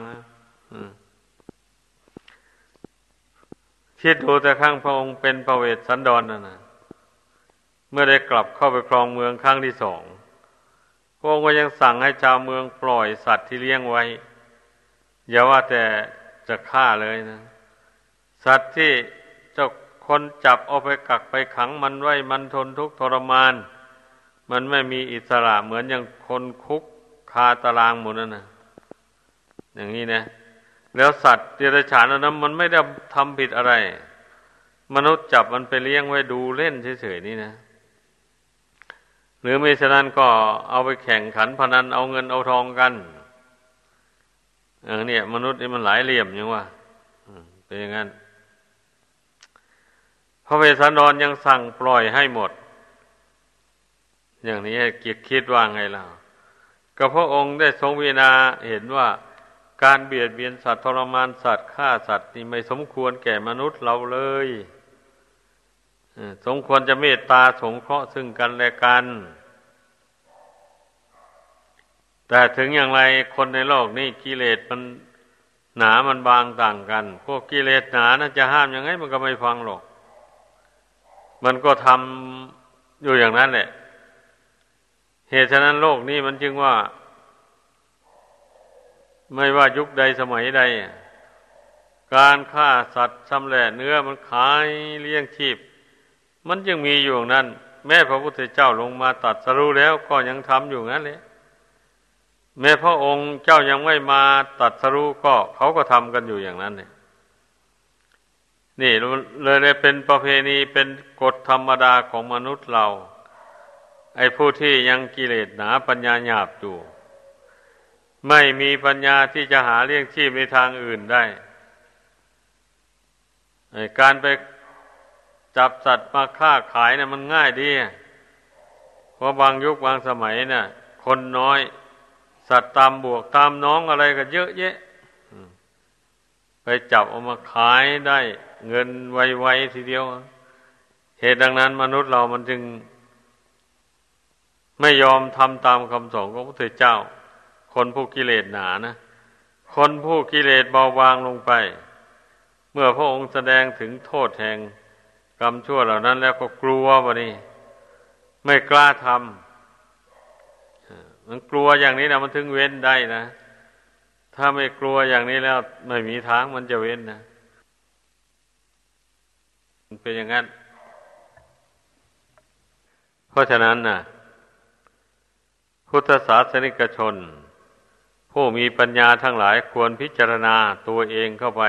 คิดดูแต่ครั้งพระองค์เป็นพระเวสสันดรนะเมื่อได้กลับเข้าไปครองเมืองครั้งที่ 2พระองค์ก็ยังสั่งให้ชาวเมืองปล่อยสัตว์ที่เลี้ยงไว้อย่าว่าแต่จะฆ่าเลยนะสัตว์ที่เจ้าคนจับเอาไปกักไปขังมันไว้มันทนทุกข์ทรมานมันไม่มีอิสระเหมือนอย่างคนคุกคาตารางหมดนั่นนะอย่างนี้นะแล้วสัตว์เดรัจฉานนั้นมันไม่ได้ทำผิดอะไรมนุษย์จับมันไปเลี้ยงไว้ดูเล่นเฉยๆนี่นะหรือไม่ฉะนั้นก็เอาไปแข่งขันพนันเอาเงินเอาทองกันอย่างนี้มนุษย์นี่มันหลายเหลี่ยมอย่างว่าเป็นอย่างนั้นพระเวสสันดรยังสั่งปล่อยให้หมดอย่างนี้กิจคิดว่าไงล่ะก็พระองค์ได้ทรงพิจารณาเห็นว่าการเบียดเบียนสัตว์ทรมานสัตว์ฆ่าสัตว์นี่ไม่สมควรแก่มนุษย์เราเลยสมควรจะเมตตาสงเคราะห์ซึ่งกันและกันแต่ถึงอย่างไรคนในโลกนี้กิเลสมันหนามันบางต่างกันพวกกิเลสหนานะจะห้ามยังไงมันก็ไม่ฟังหรอกมันก็ทำอยู่อย่างนั้นแหละเหตุฉะนั้นโลกนี้มันจึงว่าไม่ว่ายุคใดสมัยใดการฆ่าสัตว์ชำแหละเนื้อมันขายเลี้ยงชีพมันยังมีอยู่อย่างนั้นแม้พระพุทธเจ้าลงมาตรัสรู้แล้วก็ยังทำอยู่งั้นเลยแม้พระองค์เจ้ายังไม่มาตรัสรู้ก็เขาก็ทำกันอยู่อย่างนั้นเนี่ยนี่เลยเป็นประเพณีเป็นกฎธรรมดาของมนุษย์เราไอ้ผู้ที่ยังกิเลสหนาปัญญาหยาบอยู่ไม่มีปัญญาที่จะหาเลี้ยงชีพในทางอื่นได้การไปจับสัตว์มาฆ่าขายมันง่ายดีเพราะบางยุคบางสมัยคนน้อยสัตว์ตามบวกตามน้องอะไรก็เยอะแยะไปจับเอามาขายได้เงินไวๆทีเดียวเหตุดังนั้นมนุษย์เรามันจึงไม่ยอมทำตามคำสอนของพระพุทธเจ้าคนผู้กิเลสหนานะคนผู้กิเลสเบาบางลงไปเมื่อพระองค์แสดงถึงโทษแห่งกรรมชั่วเหล่านั้นแล้วก็กลัวว่านี่ไม่กล้าทำมันกลัวอย่างนี้นะมันถึงเว้นได้นะถ้าไม่กลัวอย่างนี้แล้วไม่มีทางมันจะเว้นนะมันเป็นอย่างนั้นเพราะฉะนั้นน่ะพุทธศาสนิกชนผู้มีปัญญาทั้งหลายควรพิจารณาตัวเองเข้าไป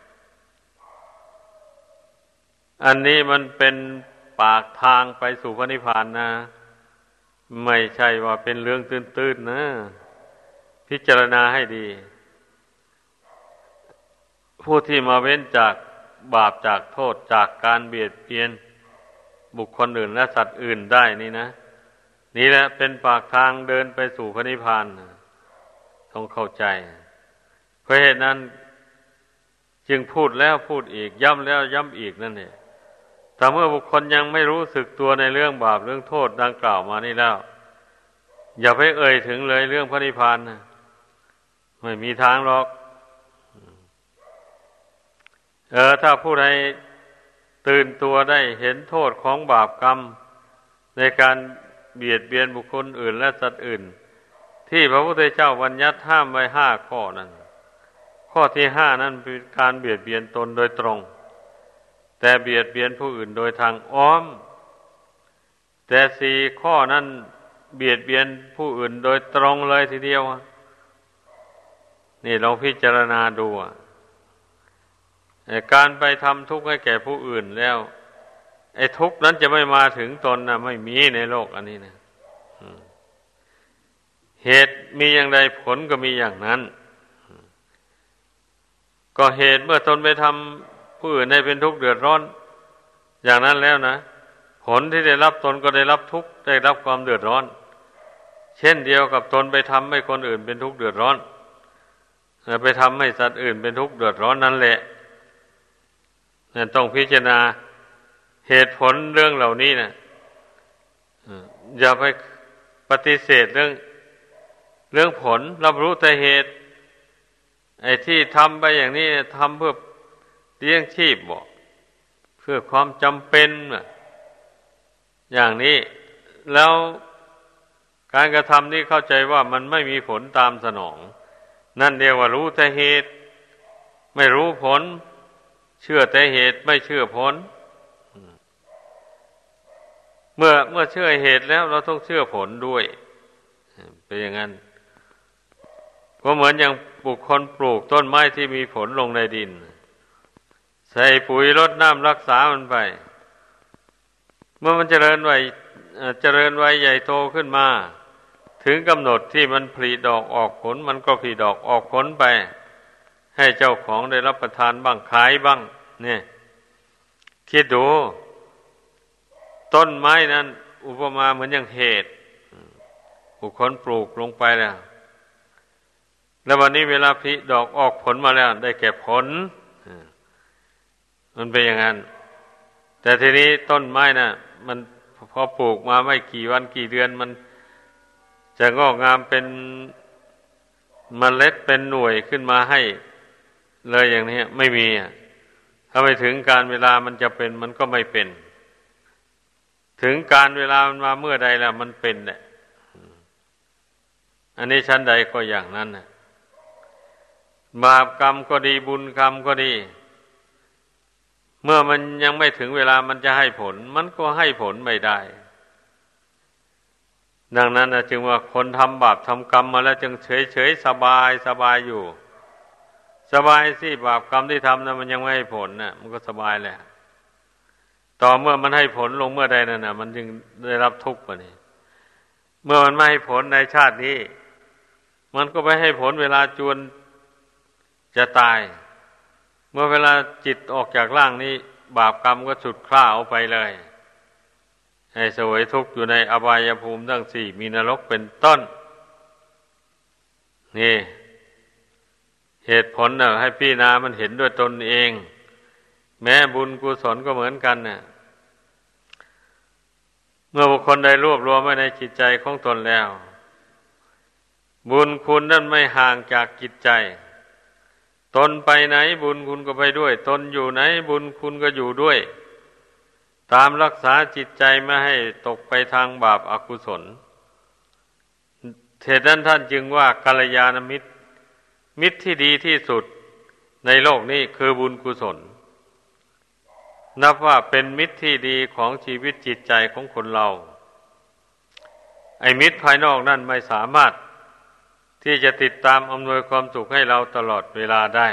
อันนี้มันเป็นปากทางไปสู่พระนิพพานนะไม่ใช่ว่าเป็นเรื่องตื้นๆนะพิจารณาให้ดีผู้ที่มาเว้นจากบาปจากโทษจากการเบียดเบียนบุคคลอื่นและสัตว์อื่นได้นี่นะนี่แหละเป็นปากทางเดินไปสู่พระนิพพานต้องเข้าใจเพราะเหตุนั้นจึงพูดแล้วพูดอีกย้ำแล้วย้ำอีกนั่นเองแต่เมื่อบุคคลยังไม่รู้สึกตัวในเรื่องบาปเรื่องโทษดังกล่าวมานี่แล้วอย่าไปเอ่ยถึงเลยเรื่องพระนิพพานนะไม่มีทางหรอกถ้าผู้ใดตื่นตัวได้เห็นโทษของบาปกรรมในการเบียดเบียนบุคคลอื่นและสัตว์อื่นที่พระพุทธเจ้าบัญญัติห้ามไว้5 ข้อนั้นข้อที่5นั้นเป็นการเบียดเบียนตนโดยตรงแต่เบียดเบียนผู้อื่นโดยทางอ้อมแต่4 ข้อนั้นเบียดเบียนผู้อื่นโดยตรงเลยทีเดียวนี่ลองพิจารณาดูการไปทำทุกข์ให้แก่ผู้อื่นแล้วไอ้ทุกข์นั้นจะไม่มาถึงตนนะไม่มีในโลกอันนี้นะเหตุมีอย่างใดผลก็มีอย่างนั้นก็เหตุเมื่อตนไปทำผู้อื่นให้เป็นทุกข์เดือดร้อนอย่างนั้นแล้วนะผลที่ได้รับตนก็ได้รับทุกข์ได้รับความเดือดร้อนเช่นเดียวกับตนไปทำให้คนอื่นเป็นทุกข์เดือดร้อนไปทำให้สัตว์อื่นเป็นทุกข์เดือดร้อนนั่นแหละต้องพิจารณาเหตุผลเรื่องเหล่านี้นะอย่าไปปฏิเสธเรื่องผลรับรู้แต่เหตุไอ้ที่ทำไปอย่างนี้ทำเพื่อเลี้ยงชีพบ่เพื่อความจำเป็นอย่างนี้แล้วการกระทำนี้เข้าใจว่ามันไม่มีผลตามสนองนั่นเรียกว่ารู้แต่เหตุไม่รู้ผลเชื่อแต่เหตุไม่เชื่อผลเมื่อเชื่อเหตุแล้วเราต้องเชื่อผลด้วยเป็นอย่างนั้นก็เหมือนอย่างบุคคลปลูกต้นไม้ที่มีผลลงในดินใส่ปุ๋ยรดน้ำรักษามันไปเมื่อมันเจริญไว้ใหญ่โตขึ้นมาถึงกำหนดที่มันผลิดอกออกผลมันก็ผลิดอกออกผลไปให้เจ้าของได้รับประทานบ้างขายบ้างเนี่ยคิดดูต้นไม้นั้นอุปมาเหมือนอย่างเหตุบุคคลปลูกลงไปแล้ววันนี้เวลาผลิดอกออกผลมาแล้วได้แก่ผลมันเป็นอย่างนั้นแต่ทีนี้ต้นไม้น่ะมันพอปลูกมาไม่กี่วันกี่เดือนมันจะงอกงามเป็นเมล็ดเป็นหน่วยขึ้นมาให้เลยอย่างนี้ไม่มีถ้าไปถึงการเวลามันจะเป็นมันก็ไม่เป็นถึงการเวลามันมาเมื่อใดแล้วมันเป็นแหละอันนี้ชั้นใดก็อย่างนั้นนะบาปกรรมก็ดีบุญกรรมก็ดีเมื่อมันยังไม่ถึงเวลามันจะให้ผลมันก็ให้ผลไม่ได้ดังนั้นจึงว่าคนทำบาปทำกรรมมาแล้วจึงเฉยสบายอยู่สบายสิบาปกรรมที่ทำนั้นมันยังไม่ให้ผลน่ะมันก็สบายแหละต่อเมื่อมันให้ผลลงเมื่อใดนั่นน่ะมันจึงได้รับทุกข์กว่านี้เมื่อมันไม่ให้ผลในชาตินี้มันก็ไปให้ผลเวลาจวนจะตายเมื่อเวลาจิตออกจากร่างนี้บาปกรรมก็ฉุดคล้าเอาไปเลยให้เสวยทุกข์อยู่ในอบายภูมิทั้ง4มีนรกเป็นต้นนี่เหตุผลน่ะให้พี่นามันเห็นด้วยตนเองแม้บุญกุศลก็เหมือนกันน่ะเมื่อบุคคลใดรวบรวมไว้ในจิตใจของตนแล้วบุญคุณนั้นไม่ห่างจากจิตใจตนไปไหนบุญคุณก็ไปด้วยตนอยู่ไหนบุญคุณก็อยู่ด้วยตามรักษาจิตใจไม่ให้ตกไปทางบาปอกุศลเหตุนั้นท่านจึงว่ากัลยาณมิตรมิตรที่ดีที่สุดในโลกนี้คือบุญกุศลนับว่าเป็นมิตรที่ดีของชีวิตจิตใจของคนเราไอ้มิตรภายนอกนั่นไม่สามารถที่จะติดตามอำนวยความสุขให้เราตลอดเวลาได้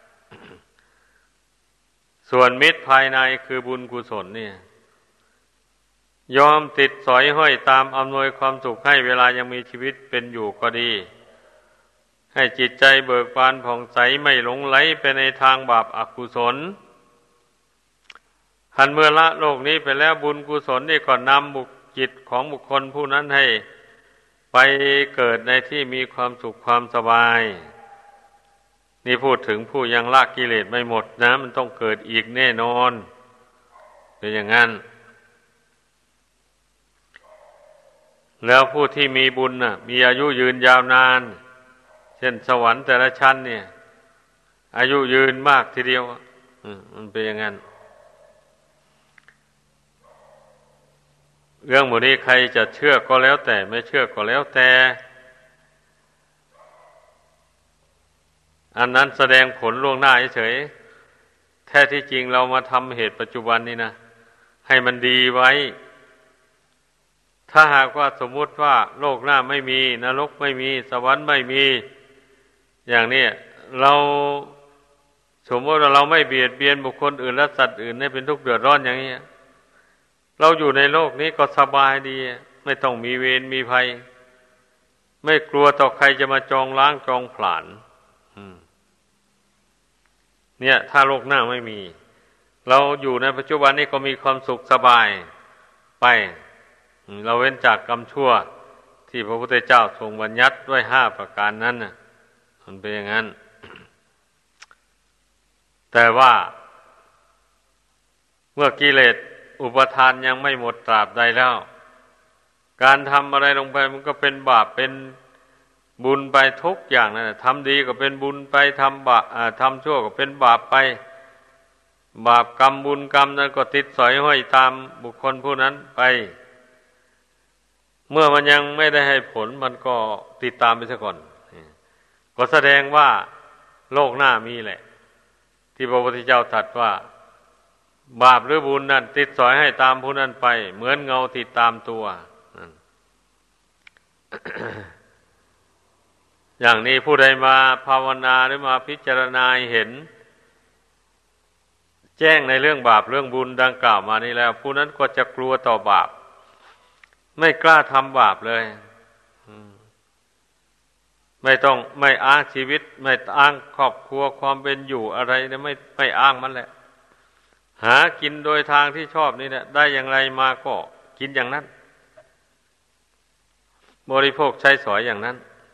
ส่วนมิตรภายในคือบุญกุศลเนี่ยยอมติดสอยห้อยตามอำนวยความสุขให้เวลายังมีชีวิตเป็นอยู่ก็ดีให้จิตใจเบิกบานผ่องใสไม่หลงไหลไปในทางบาปอกุศลหันเมื่อละโลกนี้ไปแล้วบุญกุศลนี่ก็นำจิตของบุคคลผู้นั้นให้ไปเกิดในที่มีความสุขความสบายนี่พูดถึงผู้ยังละกิเลสไม่หมดนะมันต้องเกิดอีกแน่นอนเป็นอย่างนั้นแล้วผู้ที่มีบุญน่ะมีอายุยืนยาวนานเช่นสวรรค์แต่ละชั้นเนี่ยอายุยืนมากทีเดียวมันเป็นอย่างนั้นเรื่องหมดนี้ใครจะเชื่อก็แล้วแต่ไม่เชื่อก็แล้วแต่อันนั้นแสดงผลล่วงหน้าเฉยแท้ที่จริงเรามาทำเหตุปัจจุบันนี้นะให้มันดีไว้ถ้าหากว่าสมมุติว่าโลกหน้าไม่มีนรกไม่มีสวรรค์ไม่มีอย่างนี้เราสมมติว่าเราไม่เบียดเบียนบุคคลอื่นและสัตว์อื่นให้เป็นทุกข์เดือดร้อนอย่างนี้เราอยู่ในโลกนี้ก็สบายดีไม่ต้องมีเวรมีภัยไม่กลัวต่อใครจะมาจองล้างจองผลาญเนี่ยถ้าโลกหน้าไม่มีเราอยู่ในปัจจุบันนี้ก็มีความสุขสบายไปเราเว้นจากกรรมชั่วที่พระพุทธเจ้าทรงบัญญัติด้วย5ประการนั้นน่ะมันเป็นอย่างนั้นแต่ว่าเมื่อกิเลสอุปทานยังไม่หมดตราบใดแล้วการทำอะไรลงไปมันก็เป็นบาปเป็นบุญไปทุกอย่างนั่นแหละทำดีก็เป็นบุญไปทำชั่วก็เป็นบาปไปบาปกรรมบุญกรรมนั้นก็ติดสอยห้อยตามบุคคลผู้นั้นไปเมื่อมันยังไม่ได้ให้ผลมันก็ติดตามไปซะก่อนก็แสดงว่าโลกหน้ามีแหละที่พระพุทธเจ้าตรัสว่าบาปหรือบุญนั่นติดสอยให้ตามผู้นั้นไปเหมือนเงาติดตามตัว อย่างนี้ผู้ใดมาภาวนาหรือมาพิจารณาเห็นแจ้งในเรื่องบาปเรื่องบุญดังกล่าวมานี้แล้วผู้นั้นก็จะกลัวต่อบาปไม่กล้าทำบาปเลยไม่อ้างชีวิตไม่อ้างครอบครัวความเป็นอยู่อะไรนะไม่อ้างมันแหละหากินโดยทางที่ชอบนี่แหละได้อย่างไรมาก็กินอย่างนั้นบริโภคใช้สอยอย่างนั้น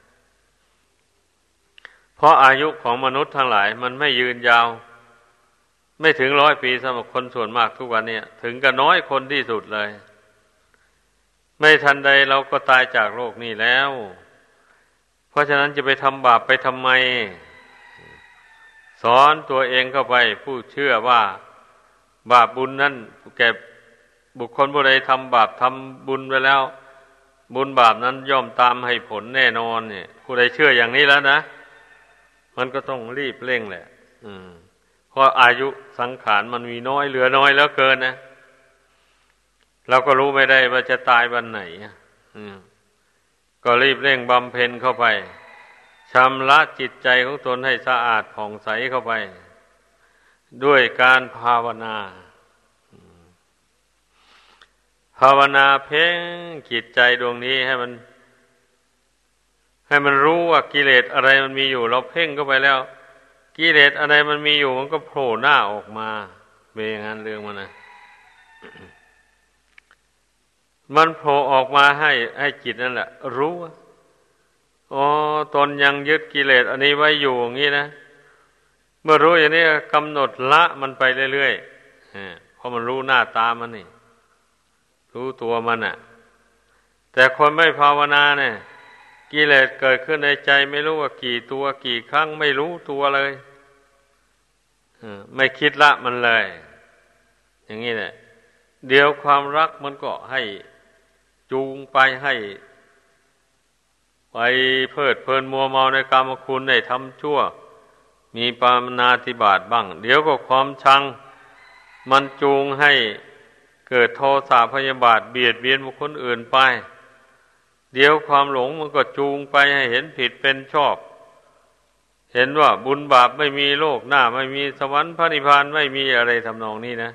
เพราะอายุของมนุษย์ทั้งหลายมันไม่ยืนยาวไม่ถึง100 ปีสำหรับคนส่วนมากทุกวันนี้ถึงกับน้อยคนที่สุดเลยไม่ทันใดเราก็ตายจากโลกนี้แล้วเพราะฉะนั้นจะไปทำบาปไปทำไมสอนตัวเองเข้าไปผู้เชื่อว่าบาปบุญนั้นแก่บุคคลผู้ใดทำบาปทำบุญไปแล้วบุญบาปนั้นย่อมตามให้ผลแน่นอนเนี่ยผู้ใดเชื่ออย่างนี้แล้วนะมันก็ต้องรีบเร่งแหละเพราะอายุสังขารมันมีน้อยเหลือน้อยแล้วเกินนะเราก็รู้ไม่ได้ว่าจะตายวันไหนก็รีบเร่งบำเพ็ญเข้าไปชำระจิตใจของตนให้สะอาดผ่องใสเข้าไปด้วยการภาวนาเพ่งจิตใจดวงนี้ให้มันรู้ว่ากิเลสอะไรมันมีอยู่เราเพ่งเข้าไปแล้วกิเลสอะไรมันมีอยู่มันก็โผล่หน้าออกมาเป็นอย่างนั้นเรื่องมันนะมันโผล่ออกมาให้จิตนั่นแหละรู้ว่าอ๋อตนยังยึดกิเลสอันนี้ไว้อยู่อย่างนี้นะเมื่อรู้อย่างนี้กำหนดละมันไปเรื่อยๆเพราะมันรู้หน้าตามันนี่รู้ตัวมันอ่ะแต่คนไม่ภาวนาเนี่ยกิเลสเกิดขึ้นในใจไม่รู้ว่ากี่ตัวกี่ครั้งไม่รู้ตัวเลยไม่คิดละมันเลยอย่างนี้แหละเดี๋ยวความรักมันก็ให้จูงไปให้ไปเพลิดเพลินมัวเมาในกามคุณได้ทำชั่วมีปาณาติบาตบ้างเดี๋ยวก็ความชังมันจูงให้เกิดโทสะพยาบาทเบียดเบียนบุคคลอื่นไปเดี๋ยวความหลงมันก็จูงไปให้เห็นผิดเป็นชอบเห็นว่าบุญบาปไม่มีโลกหน้าไม่มีสวรรค์พระนิพพานไม่มีอะไรทำนองนี้นะ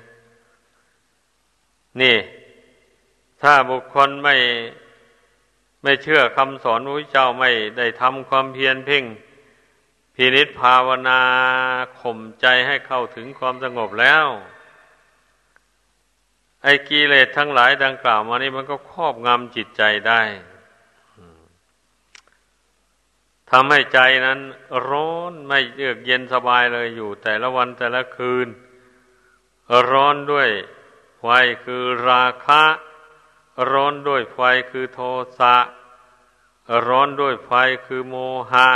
นี่ถ้าบุคคลไม่เชื่อคำสอนพระพุทธเจ้าไม่ได้ทำความเพียรเพ่งพินิจภาวนาข่มใจให้เข้าถึงความสงบแล้วไอ้กิเลสทั้งหลายดังกล่าวมานี่มันก็ครอบงำจิตใจได้ทำให้ใจนั้นร้อนไม่เยือกเย็นสบายเลยอยู่แต่ละวันแต่ละคืนร้อนด้วยไฟคือราคะร้อนด้วยไฟคือโทสะร้อนด้วยไฟคือโมหะ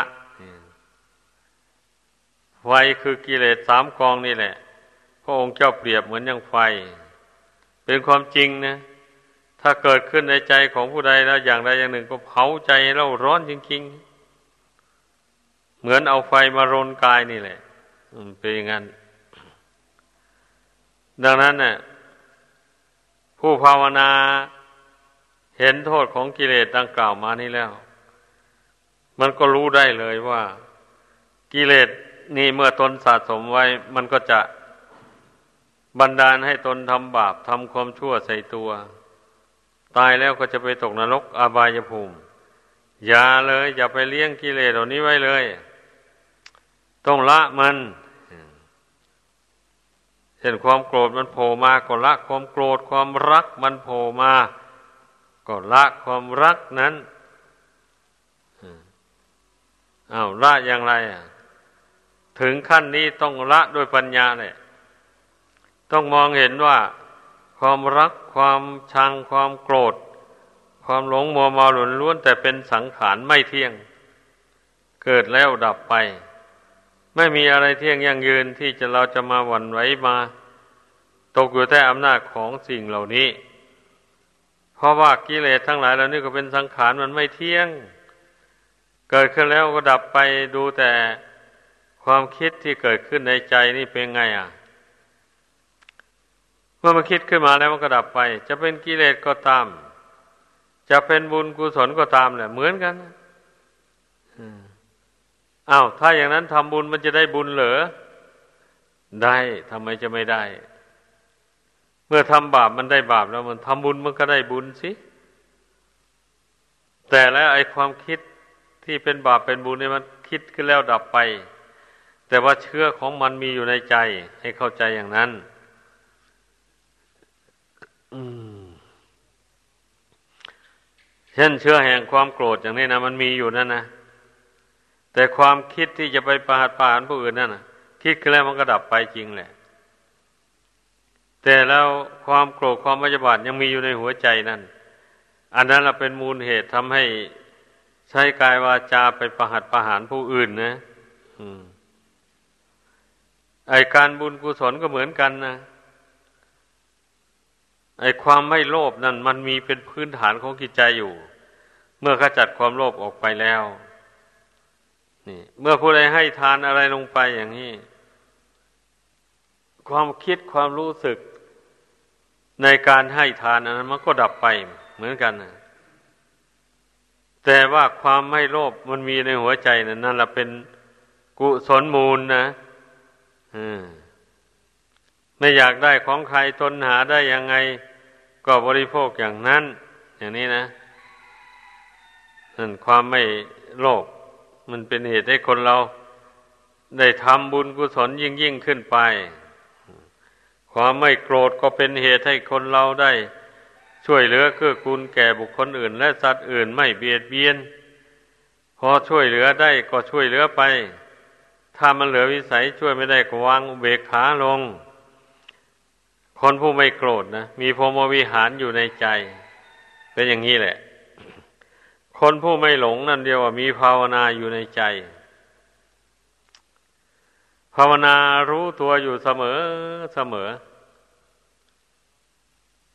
ไฟคือกิเลสสามกองนี่แหละพระองค์เจ้าเปรียบเหมือนอย่างไฟเป็นความจริงนะถ้าเกิดขึ้นในใจของผู้ใดแล้วอย่างใดอย่างหนึ่งก็เผาใจเราร้อนจริงๆเหมือนเอาไฟมารนกายนี่แหละเป็นอย่างนั้นดังนั้นน่ะผู้ภาวนาเห็นโทษของกิเลสดังกล่าวมานี้แล้วมันก็รู้ได้เลยว่ากิเลสนี่เมื่อตนสะสมไว้มันก็จะบันดาลให้ตนทำบาปทำความชั่วใส่ตัวตายแล้วก็จะไปตกนรกอบายภูมิอย่าเลยอย่าไปเลี้ยงกิเลสเหล่านี้ไว้เลยต้องละมันเช่นความโกรธมันโผล่มาก็ละความโกรธความรักมันโผล่มาก็ละความรักนั้นละอย่างไรถึงขั้นนี้ต้องละด้วยปัญญาเนี่ยต้องมองเห็นว่าความรักความชังความโกรธความหลงมัวเมาหลนล้วนแต่เป็นสังขารไม่เที่ยงเกิดแล้วดับไปไม่มีอะไรเที่ยงยั่งยืนที่เราจะมาหวั่นไหวมาตกอยู่ใต้อำนาจของสิ่งเหล่านี้เพราะว่ากิเลสทั้งหลายเหล่านี้ก็เป็นสังขารมันไม่เที่ยงเกิดขึ้นแล้วก็ดับไปดูแต่ความคิดที่เกิดขึ้นในใจนี่เป็นไงเมื่อมันคิดขึ้นมาแล้วมันก็ดับไปจะเป็นกิเลสก็ตามจะเป็นบุญกุศลก็ตามแหละเหมือนกันถ้าอย่างนั้นทำบุญมันจะได้บุญเหรอได้ทำไมจะไม่ได้เมื่อทำบาปมันได้บาปแล้วมันทำบุญมันก็ได้บุญสิแต่แล้วไอ้ความคิดที่เป็นบาปเป็นบุญนี่มันคิดขึ้นแล้วดับไปแต่ว่าเชื้อของมันมีอยู่ในใจให้เข้าใจอย่างนั้นเช่นเชื้อแห่งความโกรธอย่างนี้นะมันมีอยู่นั่นนะแต่ความคิดที่จะไปประหารผู้อื่นนั่นนะคิดขึ้นแล้วมันก็ดับไปจริงแหละแต่แล้วความโกรธความพยาบาทยังมีอยู่ในหัวใจนั่นอันนั้นเราเป็นมูลเหตุทำให้ใช้กายวาจาไปประหารผู้อื่นนะไอ้การบุญกุศลก็เหมือนกันนะไอ้ความไม่โลภนั่นมันมีเป็นพื้นฐานของจิตใจอยู่เมื่อขจัดความโลภออกไปแล้วนี่เมื่อผู้ใดให้ทานอะไรลงไปอย่างนี้ความคิดความรู้สึกในการให้ทานนั้นมันก็ดับไปเหมือนกันนะแต่ว่าความไม่โลภมันมีในหัวใจนั่นแหละเป็นกุศลมูลนะไม่อยากได้ของใครตนหาได้ยังไงก็บริโภคอย่างนั้นอย่างนี้นะนั่นความไม่โลภมันเป็นเหตุให้คนเราได้ทำบุญกุศลยิ่งขึ้นไปความไม่โกรธก็เป็นเหตุให้คนเราได้ช่วยเหลือเกื้อกูลแก่บุคคลอื่นและสัตว์อื่นไม่เบียดเบียนพอช่วยเหลือได้ก็ช่วยเหลือไปถ้ามันเหลือวิสัยช่วยไม่ได้ก็วางอุเบกขาลงคนผู้ไม่โกรธนะมีพรหมวิหารอยู่ในใจเป็นอย่างนี้แหละคนผู้ไม่หลงนั่นเดียวว่ามีภาวนาอยู่ในใจภาวนารู้ตัวอยู่เสมอ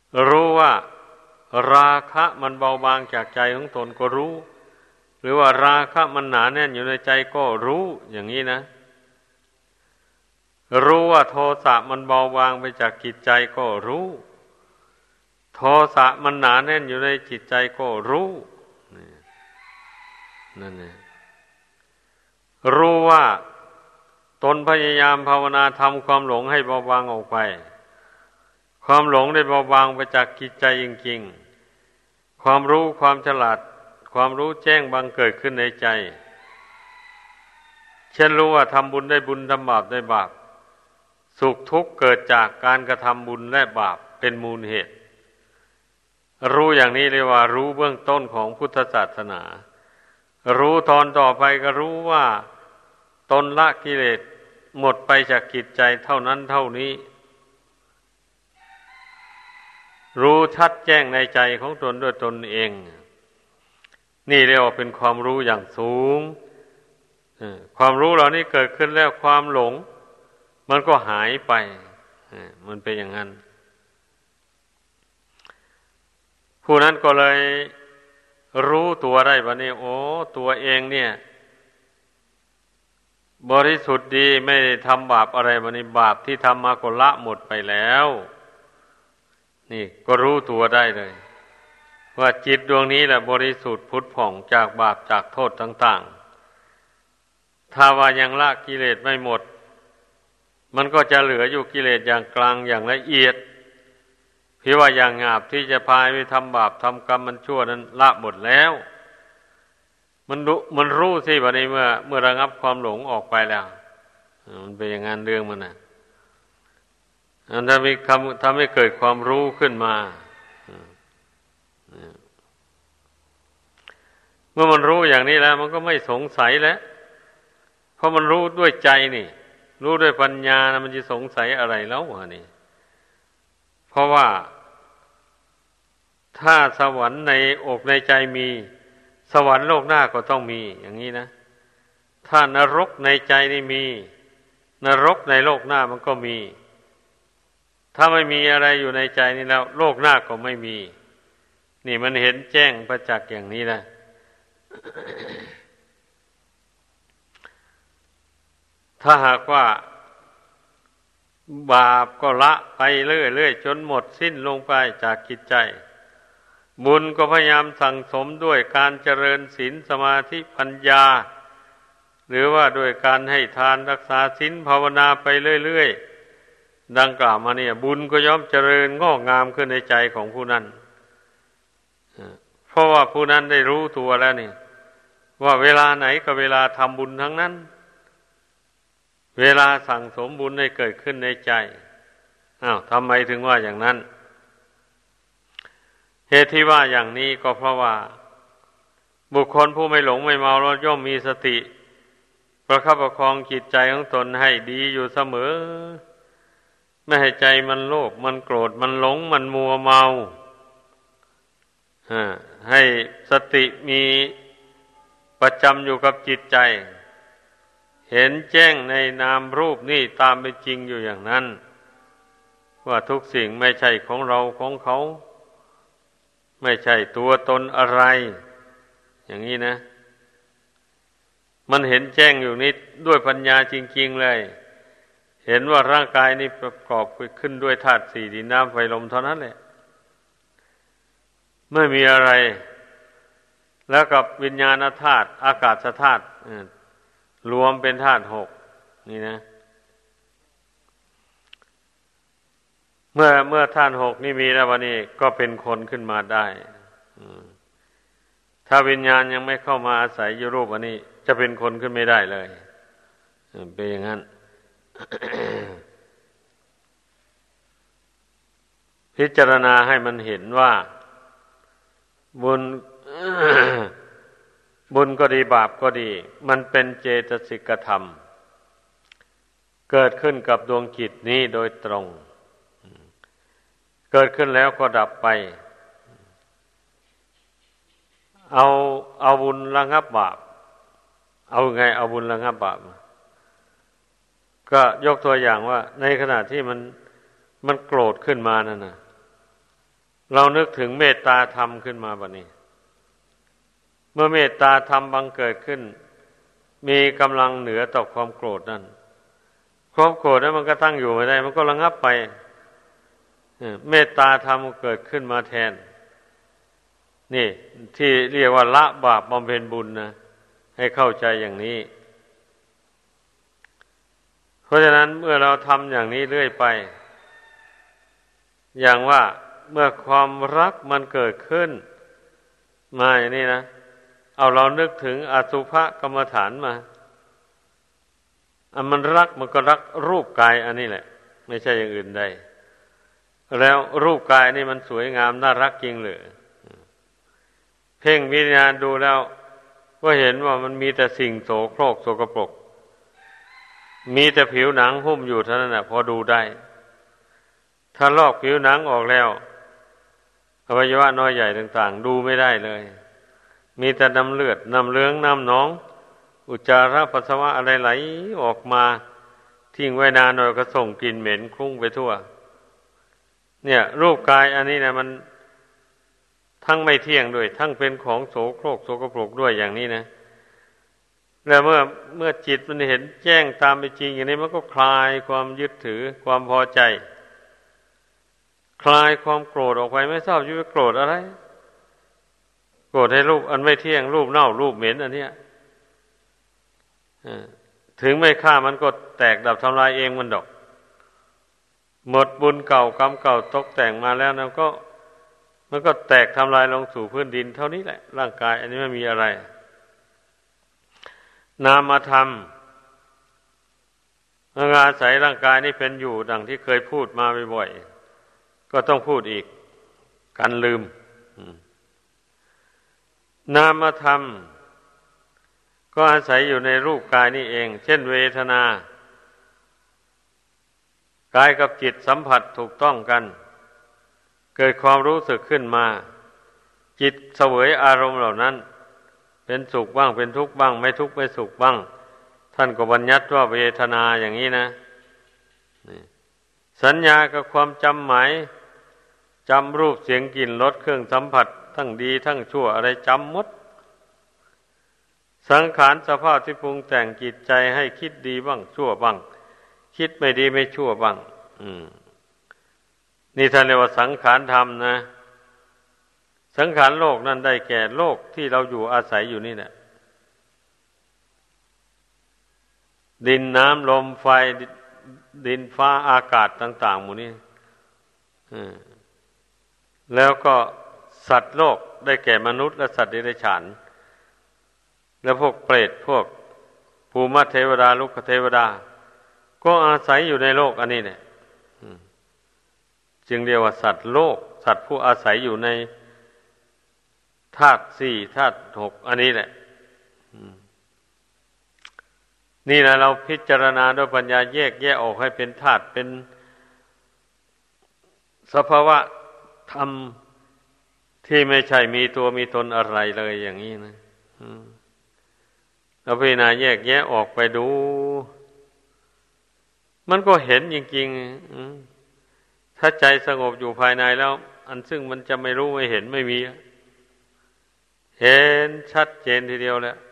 ว่าราคะมันเบาบางจากใจของตนก็รู้หรือว่าราคะมันหนาแน่นอยู่ในใจก็รู้อย่างนี้นะรู้ว่าโทสะมันเบาบางไปจากจิตใจก็รู้โทสะมันหนาแน่นอยู่ในจิตใจก็รู้นั่นเองรู้ว่าตนพยายามภาวนาทำความหลงให้เบาบางออกไปความหลงได้เบาบางไปจากจิตใจจริงๆความรู้ความฉลาดความรู้แจ้งบังเกิดขึ้นในใจเช่นรู้ว่าทำบุญได้บุญทำบาปได้บาปสุขทุกข์เกิดจากการกระทำบุญและบาปเป็นมูลเหตุรู้อย่างนี้เรียกว่ารู้เบื้องต้นของพุทธศาสนารู้ตอนต่อไปก็รู้ว่าตนละกิเลสหมดไปจากจิตใจเท่านั้นเท่านี้รู้ชัดแจ้งในใจของตนด้วยตนเองนี่เรียกว่าเป็นความรู้อย่างสูงความรู้เหล่านี้เกิดขึ้นแล้วความหลงมันก็หายไปมันเป็นอย่างนั้นผู้นั้นก็เลยรู้ตัวได้ว่านี่โอ้ตัวเองเนี่ยบริสุทธิ์ดีไม่ได้ทำบาปอะไรมานี่บาปที่ทำมาก็ละหมดไปแล้วนี่ก็รู้ตัวได้เลยว่าจิตดวงนี้แหละบริสุทธิ์ผุดผ่องจากบาปจากโทษต่างๆถ้าว่ายังละกิเลสไม่หมดมันก็จะเหลืออยู่กิเลสอย่างกลางอย่างละเอียดที่ว่าอย่างหยาบที่จะพาไปทำบาปทำกรรมมันชั่วนั้นละหมดแล้วมันรู้สิบัดนี้เมื่อระงับความหลงออกไปแล้วมันเป็นอย่างนั้นเรื่องมันน่ะมันทำให้เกิดความรู้ขึ้นมาเมื่อมันรู้อย่างนี้แล้วมันก็ไม่สงสัยแล้วเพราะมันรู้ด้วยใจนี่รู้ด้วยปัญญานะมันจะสงสัยอะไรแล้ววะนี่เพราะว่าถ้าสวรรค์ในอกในใจมีสวรรค์โลกหน้าก็ต้องมีอย่างนี้นะถ้านรกในใจนี่มีนรกในโลกหน้ามันก็มีถ้าไม่มีอะไรอยู่ในใจนี่แล้วโลกหน้าก็ไม่มีนี่มันเห็นแจ้งประจักษ์อย่างนี้นะถ้าหากว่าบาปก็ละไปเรื่อยๆจนหมดสิ้นลงไปจากจิตใจบุญก็พยายามสั่งสมด้วยการเจริญศีลสมาธิปัญญาหรือว่าด้วยการให้ทานรักษาศีลภาวนาไปเรื่อยๆดังกล่าวมาเนี่ยบุญก็ย่อมเจริญงอกงามขึ้นในใจของผู้นั้นเพราะว่าผู้นั้นได้รู้ตัวแล้วนี่ว่าเวลาไหนก็เวลาทำบุญทั้งนั้นเวลาสั่งสมบุญให้เกิดขึ้นในใจทำไมถึงว่าอย่างนั้นเหตุที่ว่าอย่างนี้ก็เพราะว่าบุคคลผู้ไม่หลงไม่เมาแล้วย่อมมีสติประคับประคองจิตใจของตนให้ดีอยู่เสมอไม่ให้ใจมันโลภมันโกรธมันหลงมันมัวเมาให้สติมีประจำอยู่กับจิตใจเห็นแจ้งในนามรูปนี่ตามเป็นจริงอยู่อย่างนั้นว่าทุกสิ่งไม่ใช่ของเราของเขาไม่ใช่ตัวตนอะไรอย่างนี้นะมันเห็นแจ้งอยู่นิดด้วยปัญญาจริงๆเลยเห็นว่าร่างกายนี้ประกอบขึ้นด้วยธาตุสี่ดินน้ำไฟลมเท่านั้นแหละไม่มีอะไรแล้วกับวิญญาณธาตุอากาศธาตุรวมเป็นธาตุหกนี่นะเมื่อธาตุหกนี่มีแล้ววันนี้ก็เป็นคนขึ้นมาได้ถ้าวิญญาณยังไม่เข้ามาอาศัยอยู่รูปอันนี้จะเป็นคนขึ้นไม่ได้เลยเป็นอย่างนั้น พิจารณาให้มันเห็นว่าบุญ บุญก็ดีบาปก็ดีมันเป็นเจตสิกธรรมเกิดขึ้นกับดวงจิตนี้โดยตรงเกิดขึ้นแล้วก็ดับไปเอาบุญระงับบาปเอาไงเอาบุญระงับบาปก็ยกตัวอย่างว่าในขณะที่มันโกรธขึ้นมานั่นน่ะเรานึกถึงเมตตาธรรมขึ้นมาบัดนี้เมื่อเมตตาธรรมบังเกิดขึ้นมีกำลังเหนือต่อความโกรธนั่นความโกรธนั้นมันก็ตั้งอยู่ไม่ได้มันก็ระงับไปเมตตาธรรมเกิดขึ้นมาแทนนี่ที่เรียกว่าละบาปบำเพ็ญบุญนะให้เข้าใจอย่างนี้เพราะฉะนั้นเมื่อเราทำอย่างนี้เรื่อยไปอย่างว่าเมื่อความรักมันเกิดขึ้นมาอย่างนี้นะเอาเรานึกถึงอสุภกรรมฐานมามันรักมันก็รักรูปกายอันนี้แหละไม่ใช่อย่างอื่นใดแล้วรูปกายนี่มันสวยงามน่ารักจริงหรือเพ่งพิจารณาดูแล้วก็เห็นว่ามันมีแต่สิ่งโสโครกโสกปรกมีแต่ผิวหนังหุ้มอยู่เท่านั้นแหละพอดูได้ถ้าลอกผิวหนังออกแล้วอวัยวะน้อยใหญ่ต่างๆดูไม่ได้เลยมีแต่น้ำเลือดน้ำเหลืองน้ำหนองอุจจาระปัสสาวะอะไรไหลออกมาทิ้งไว้นานหน่อยก็ส่งกลิ่นเหม็นคลุ้งไปทั่วเนี่ยรูปกายอันนี้นะมันทั้งไม่เที่ยงด้วยทั้งเป็นของโสโครกโสกปรกด้วยอย่างนี้นะแล้วเมื่อจิตมันเห็นแจ้งตามเป็นจริงอย่างนี้มันก็คลายความยึดถือความพอใจคลายความโกรธออกไปไม่ทราบอยู่ว่าโกรธอะไรโกรธให้รูปอันไม่เที่ยงรูปเน่ารูปเหม็นอันเนี้ยถึงไม่ฆ่ามันก็แตกดับทำลายเองมันดอกหมดบุญเก่ากรรมเก่าตกแต่งมาแล้วมันก็แตกทำลายลงสู่พื้นดินเท่านี้แหละร่างกายอันนี้ไม่มีอะไรนามธรรมอาศัยร่างกายนี้เป็นอยู่ดังที่เคยพูดมาบ่อยๆก็ต้องพูดอีกกันลืมนามธรรมก็อาศัยอยู่ในรูปกายนี่เองเช่นเวทนากายกับจิตสัมผัสถูกต้องกันเกิดความรู้สึกขึ้นมาจิตเสวยอารมณ์เหล่านั้นเป็นสุขบ้างเป็นทุกข์บ้างไม่ทุกข์ไม่สุขบ้างท่านก็บัญญัติว่าเวทนาอย่างนี้นะสัญญากับความจำหมายจำรูปเสียงกลิ่นรสเครื่องสัมผัสทั้งดีทั้งชั่วอะไรจำหมดสังขารสภาพที่ปรุงแต่งจิตใจให้คิดดีบ้างชั่วบ้างคิดไม่ดีไม่ชั่วบ้างนี่ท่านเรียกว่าสังขารธรรมนะสังขารโลกนั่นได้แก่โลกที่เราอยู่อาศัยอยู่นี่แหละดินน้ำลมไฟดินฟ้าอากาศต่างๆหมู่นี้แล้วก็สัตว์โลกได้แก่มนุษย์และสัตว์เดรัจฉานและพวกเปรตพวกภูมิเทวดาลุกเทวดาก็อาศัยอยู่ในโลกอันนี้เนี่ยจึงเรียกว่าสัตว์โลกสัตว์ผู้อาศัยอยู่ในธาตุสี่ธาตุหกอันนี้แหละนี่นะเราพิจารณาด้วยปัญญาแยกแยะออกให้เป็นธาตุเป็นสภาวะธรรมที่ไม่ใช่มีตัวมีตนอะไรเลยอย่างนี้นะเราพิจารณาแยกแยะออกไปดูมันก็เห็นจริงๆถ้าใจสงบอยู่ภายในแล้วอันซึ่งมันจะไม่รู้ไม่เห็นไม่มีเห็นชัดเจนทีเดียวแหละ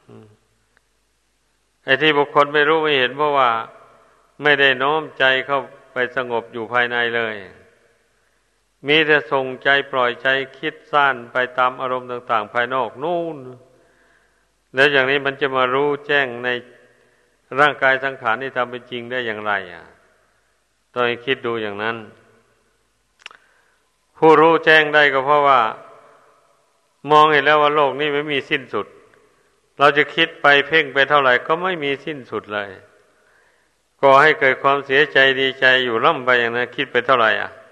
ไอ้ที่บุคคลไม่รู้ไม่เห็นเพราะว่าไม่ได้น้อมใจเข้าไปสงบอยู่ภายในเลยมีแต่ส่งใจปล่อยใจคิดซ่านไปตามอารมณ์ต่างๆภายนอกนู่นแล้วอย่างนี้มันจะมารู้แจ้งในร่างกายสังขารนี่ทำเป็นจริงได้อย่างไรต้องคิดดูอย่างนั้นผู้รู้แจ้งได้ก็เพราะว่ามองเห็นแล้วว่าโลกนี้ไม่มีสิ้นสุดเราจะคิดไปเพ่งไปเท่าไหร่ก็ไม่มีสิ้นสุดเลยก็ให้เกิดความเสียใจดีใจอยู่ร่ำไปอย่างนั้นคิดไปเท่าไหร่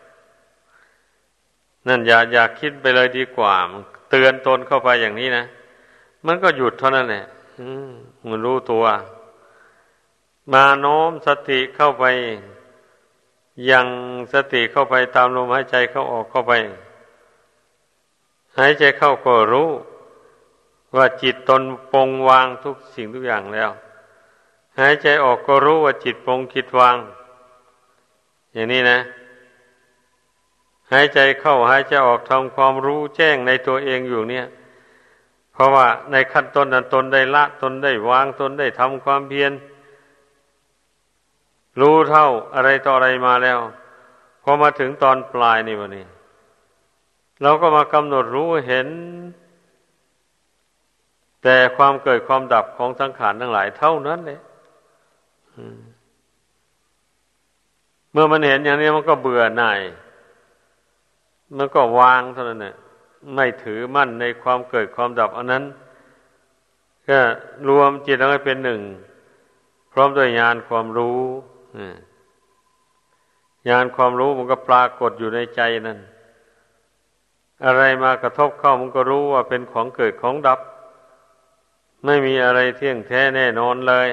นั่นอย่าคิดไปเลยดีกว่าเตือนตนเข้าไปอย่างนี้นะมันก็หยุดเท่านั้นแหละมันรู้ตัวมาโน้มสติเข้าไปยังสติเข้าไปตามลมหายใจเข้าออกเข้าไปหายใจเข้าก็รู้ว่าจิตตนปรงวางทุกสิ่งทุกอย่างแล้วหายใจออกก็รู้ว่าจิตปรงจิตวางอย่างนี้นะหายใจเข้าหายใจออกทำความรู้แจ้งในตัวเองอยู่เนี่ยเพราะว่าในขั้นต้นนั้นตนได้ละตนได้วางตนได้ทำความเพียรรู้เท่าอะไรต่ออะไรมาแล้วพอมาถึงตอนปลายนี่วะนี่เราก็มากำหนดรู้เห็นแต่ความเกิดความดับของสังขารทั้งหลายเท่านั้นเลยเมื่อมันเห็นอย่างนี้มันก็เบื่อหน่ายมันก็วางเท่านั้นเนี่ยไม่ถือมั่นในความเกิดความดับอันนั้นก็รวมจิตลงให้เป็นหนึ่งพร้อมด้วยญาณความรู้ญาณความรู้มันก็ปรากฏอยู่ในใจนั่นอะไรมากระทบเข้ามันก็รู้ว่าเป็นของเกิดของดับไม่มีอะไรเที่ยงแท้แน่นอนเลย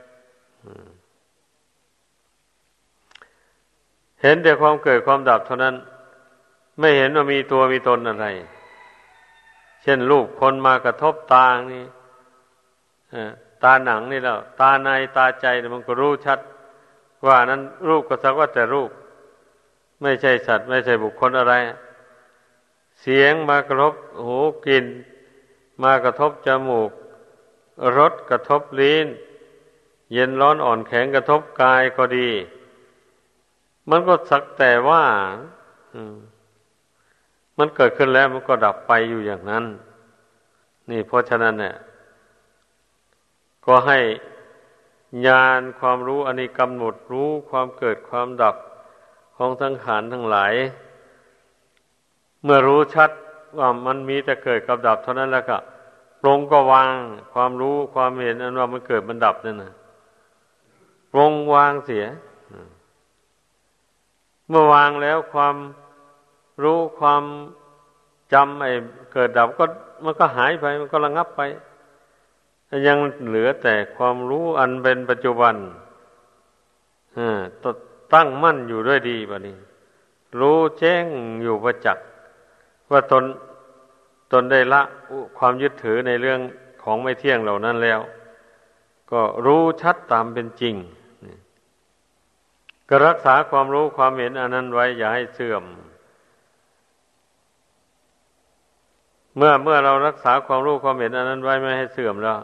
เห็นแต่ความเกิดความดับเท่านั้นไม่เห็นว่ามีตัวมีตนอะไรเช่นรูปคนมากระทบตานี่ตาหนังนี่แล้วตาในตาใจมันก็รู้ชัดว่านั้นรูปก็สักว่าแต่รูปไม่ใช่สัตว์ไม่ใช่บุคคลอะไรเสียงมากระทบหูกลิ่นมากระทบจมูกรสกระทบลิ้นเย็นร้อนอ่อนแข็งกระทบกายก็ดีมันก็สักแต่ว่ามันเกิดขึ้นแล้วมันก็ดับไปอยู่อย่างนั้นนี่เพราะฉะนั้นเนี่ยก็ให้ญาณความรู้อันนี้กำหนดรู้ความเกิดความดับของสังขารทั้งหลายเมื่อรู้ชัดว่ามันมีแต่เกิดกับดับเท่านั้นแล้วก็ปรงก็วางความรู้ความเห็นอันว่ามันเกิดมันดับนั่นนะปรงวางเสียเมื่อวางแล้วความรู้ความจำไอ้เกิดดับก็มันก็หายไปมันก็ระงับไปยังเหลือแต่ความรู้อันเป็นปัจจุบันตั้งมั่นอยู่ด้วยดีบัดนี้รู้แจ้งอยู่ประจักษ์ว่าตนได้ละความยึดถือในเรื่องของไม่เที่ยงเหล่านั้นแล้วก็รู้ชัดตามเป็นจริงก็รักษาความรู้ความเห็นอันนั้นไว้อย่าให้เสื่อมเมื่อเรารักษาความรู้ความเห็นอันนั้นไว้ไม่ให้เสื่อมแล้ว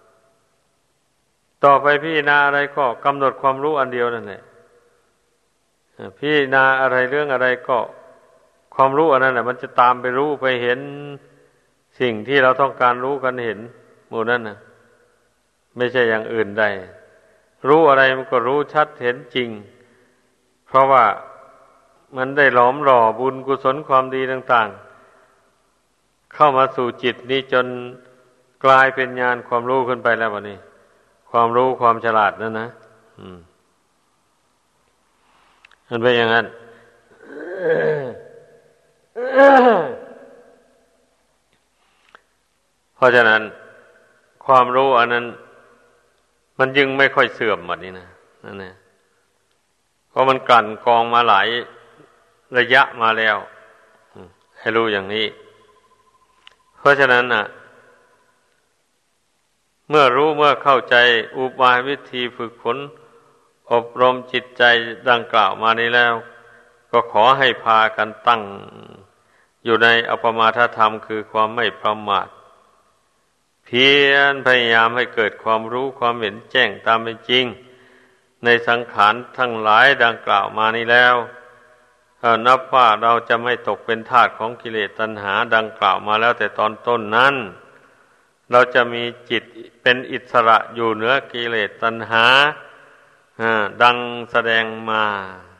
ต่อไปพิจารณาอะไรก็กำหนดความรู้อันเดียวนั่นแหละพิจารณาอะไรเรื่องอะไรก็ความรู้อันนั้นแหละมันจะตามไปรู้ไปเห็นสิ่งที่เราต้องการรู้กันเห็นหมู่นั้นนะไม่ใช่อย่างอื่นใดรู้อะไรมันก็รู้ชัดเห็นจริงเพราะว่ามันได้หลอมหล่อบุญกุศลความดีต่างๆเข้ามาสู่จิตนี้จนกลายเป็นญาณความรู้ขึ้นไปแล้ววันนี้ความรู้ความฉลาดนั่นนะมันเป็นอย่างนั้น เพราะฉะนั้นความรู้อันนั้นมันยึงไม่ค่อยเสื่อมแบบนี้นะนั่นแหละเพราะมันกลั่นกรองมาหลายระยะมาแล้วให้รู้อย่างนี้เพราะฉะนั้นน่ะเมื่อรู้เมื่อเข้าใจอุบายวิธีฝึกฝนอบรมจิตใจดังกล่าวมานี้แล้วก็ขอให้พากันตั้งอยู่ในอัปปมาทธรรมคือความไม่ประมาทเพียรพยายามให้เกิดความรู้ความเห็นแจ้งตามเป็นจริงในสังขารทั้งหลายดังกล่าวมานี้แล้วนับว่าเราจะไม่ตกเป็นทาสของกิเลสตัณหาดังกล่าวมาแล้วแต่ตอนต้นนั้นเราจะมีจิตเป็นอิสระอยู่เหนือกิเลสตัณหาดังแสดงมา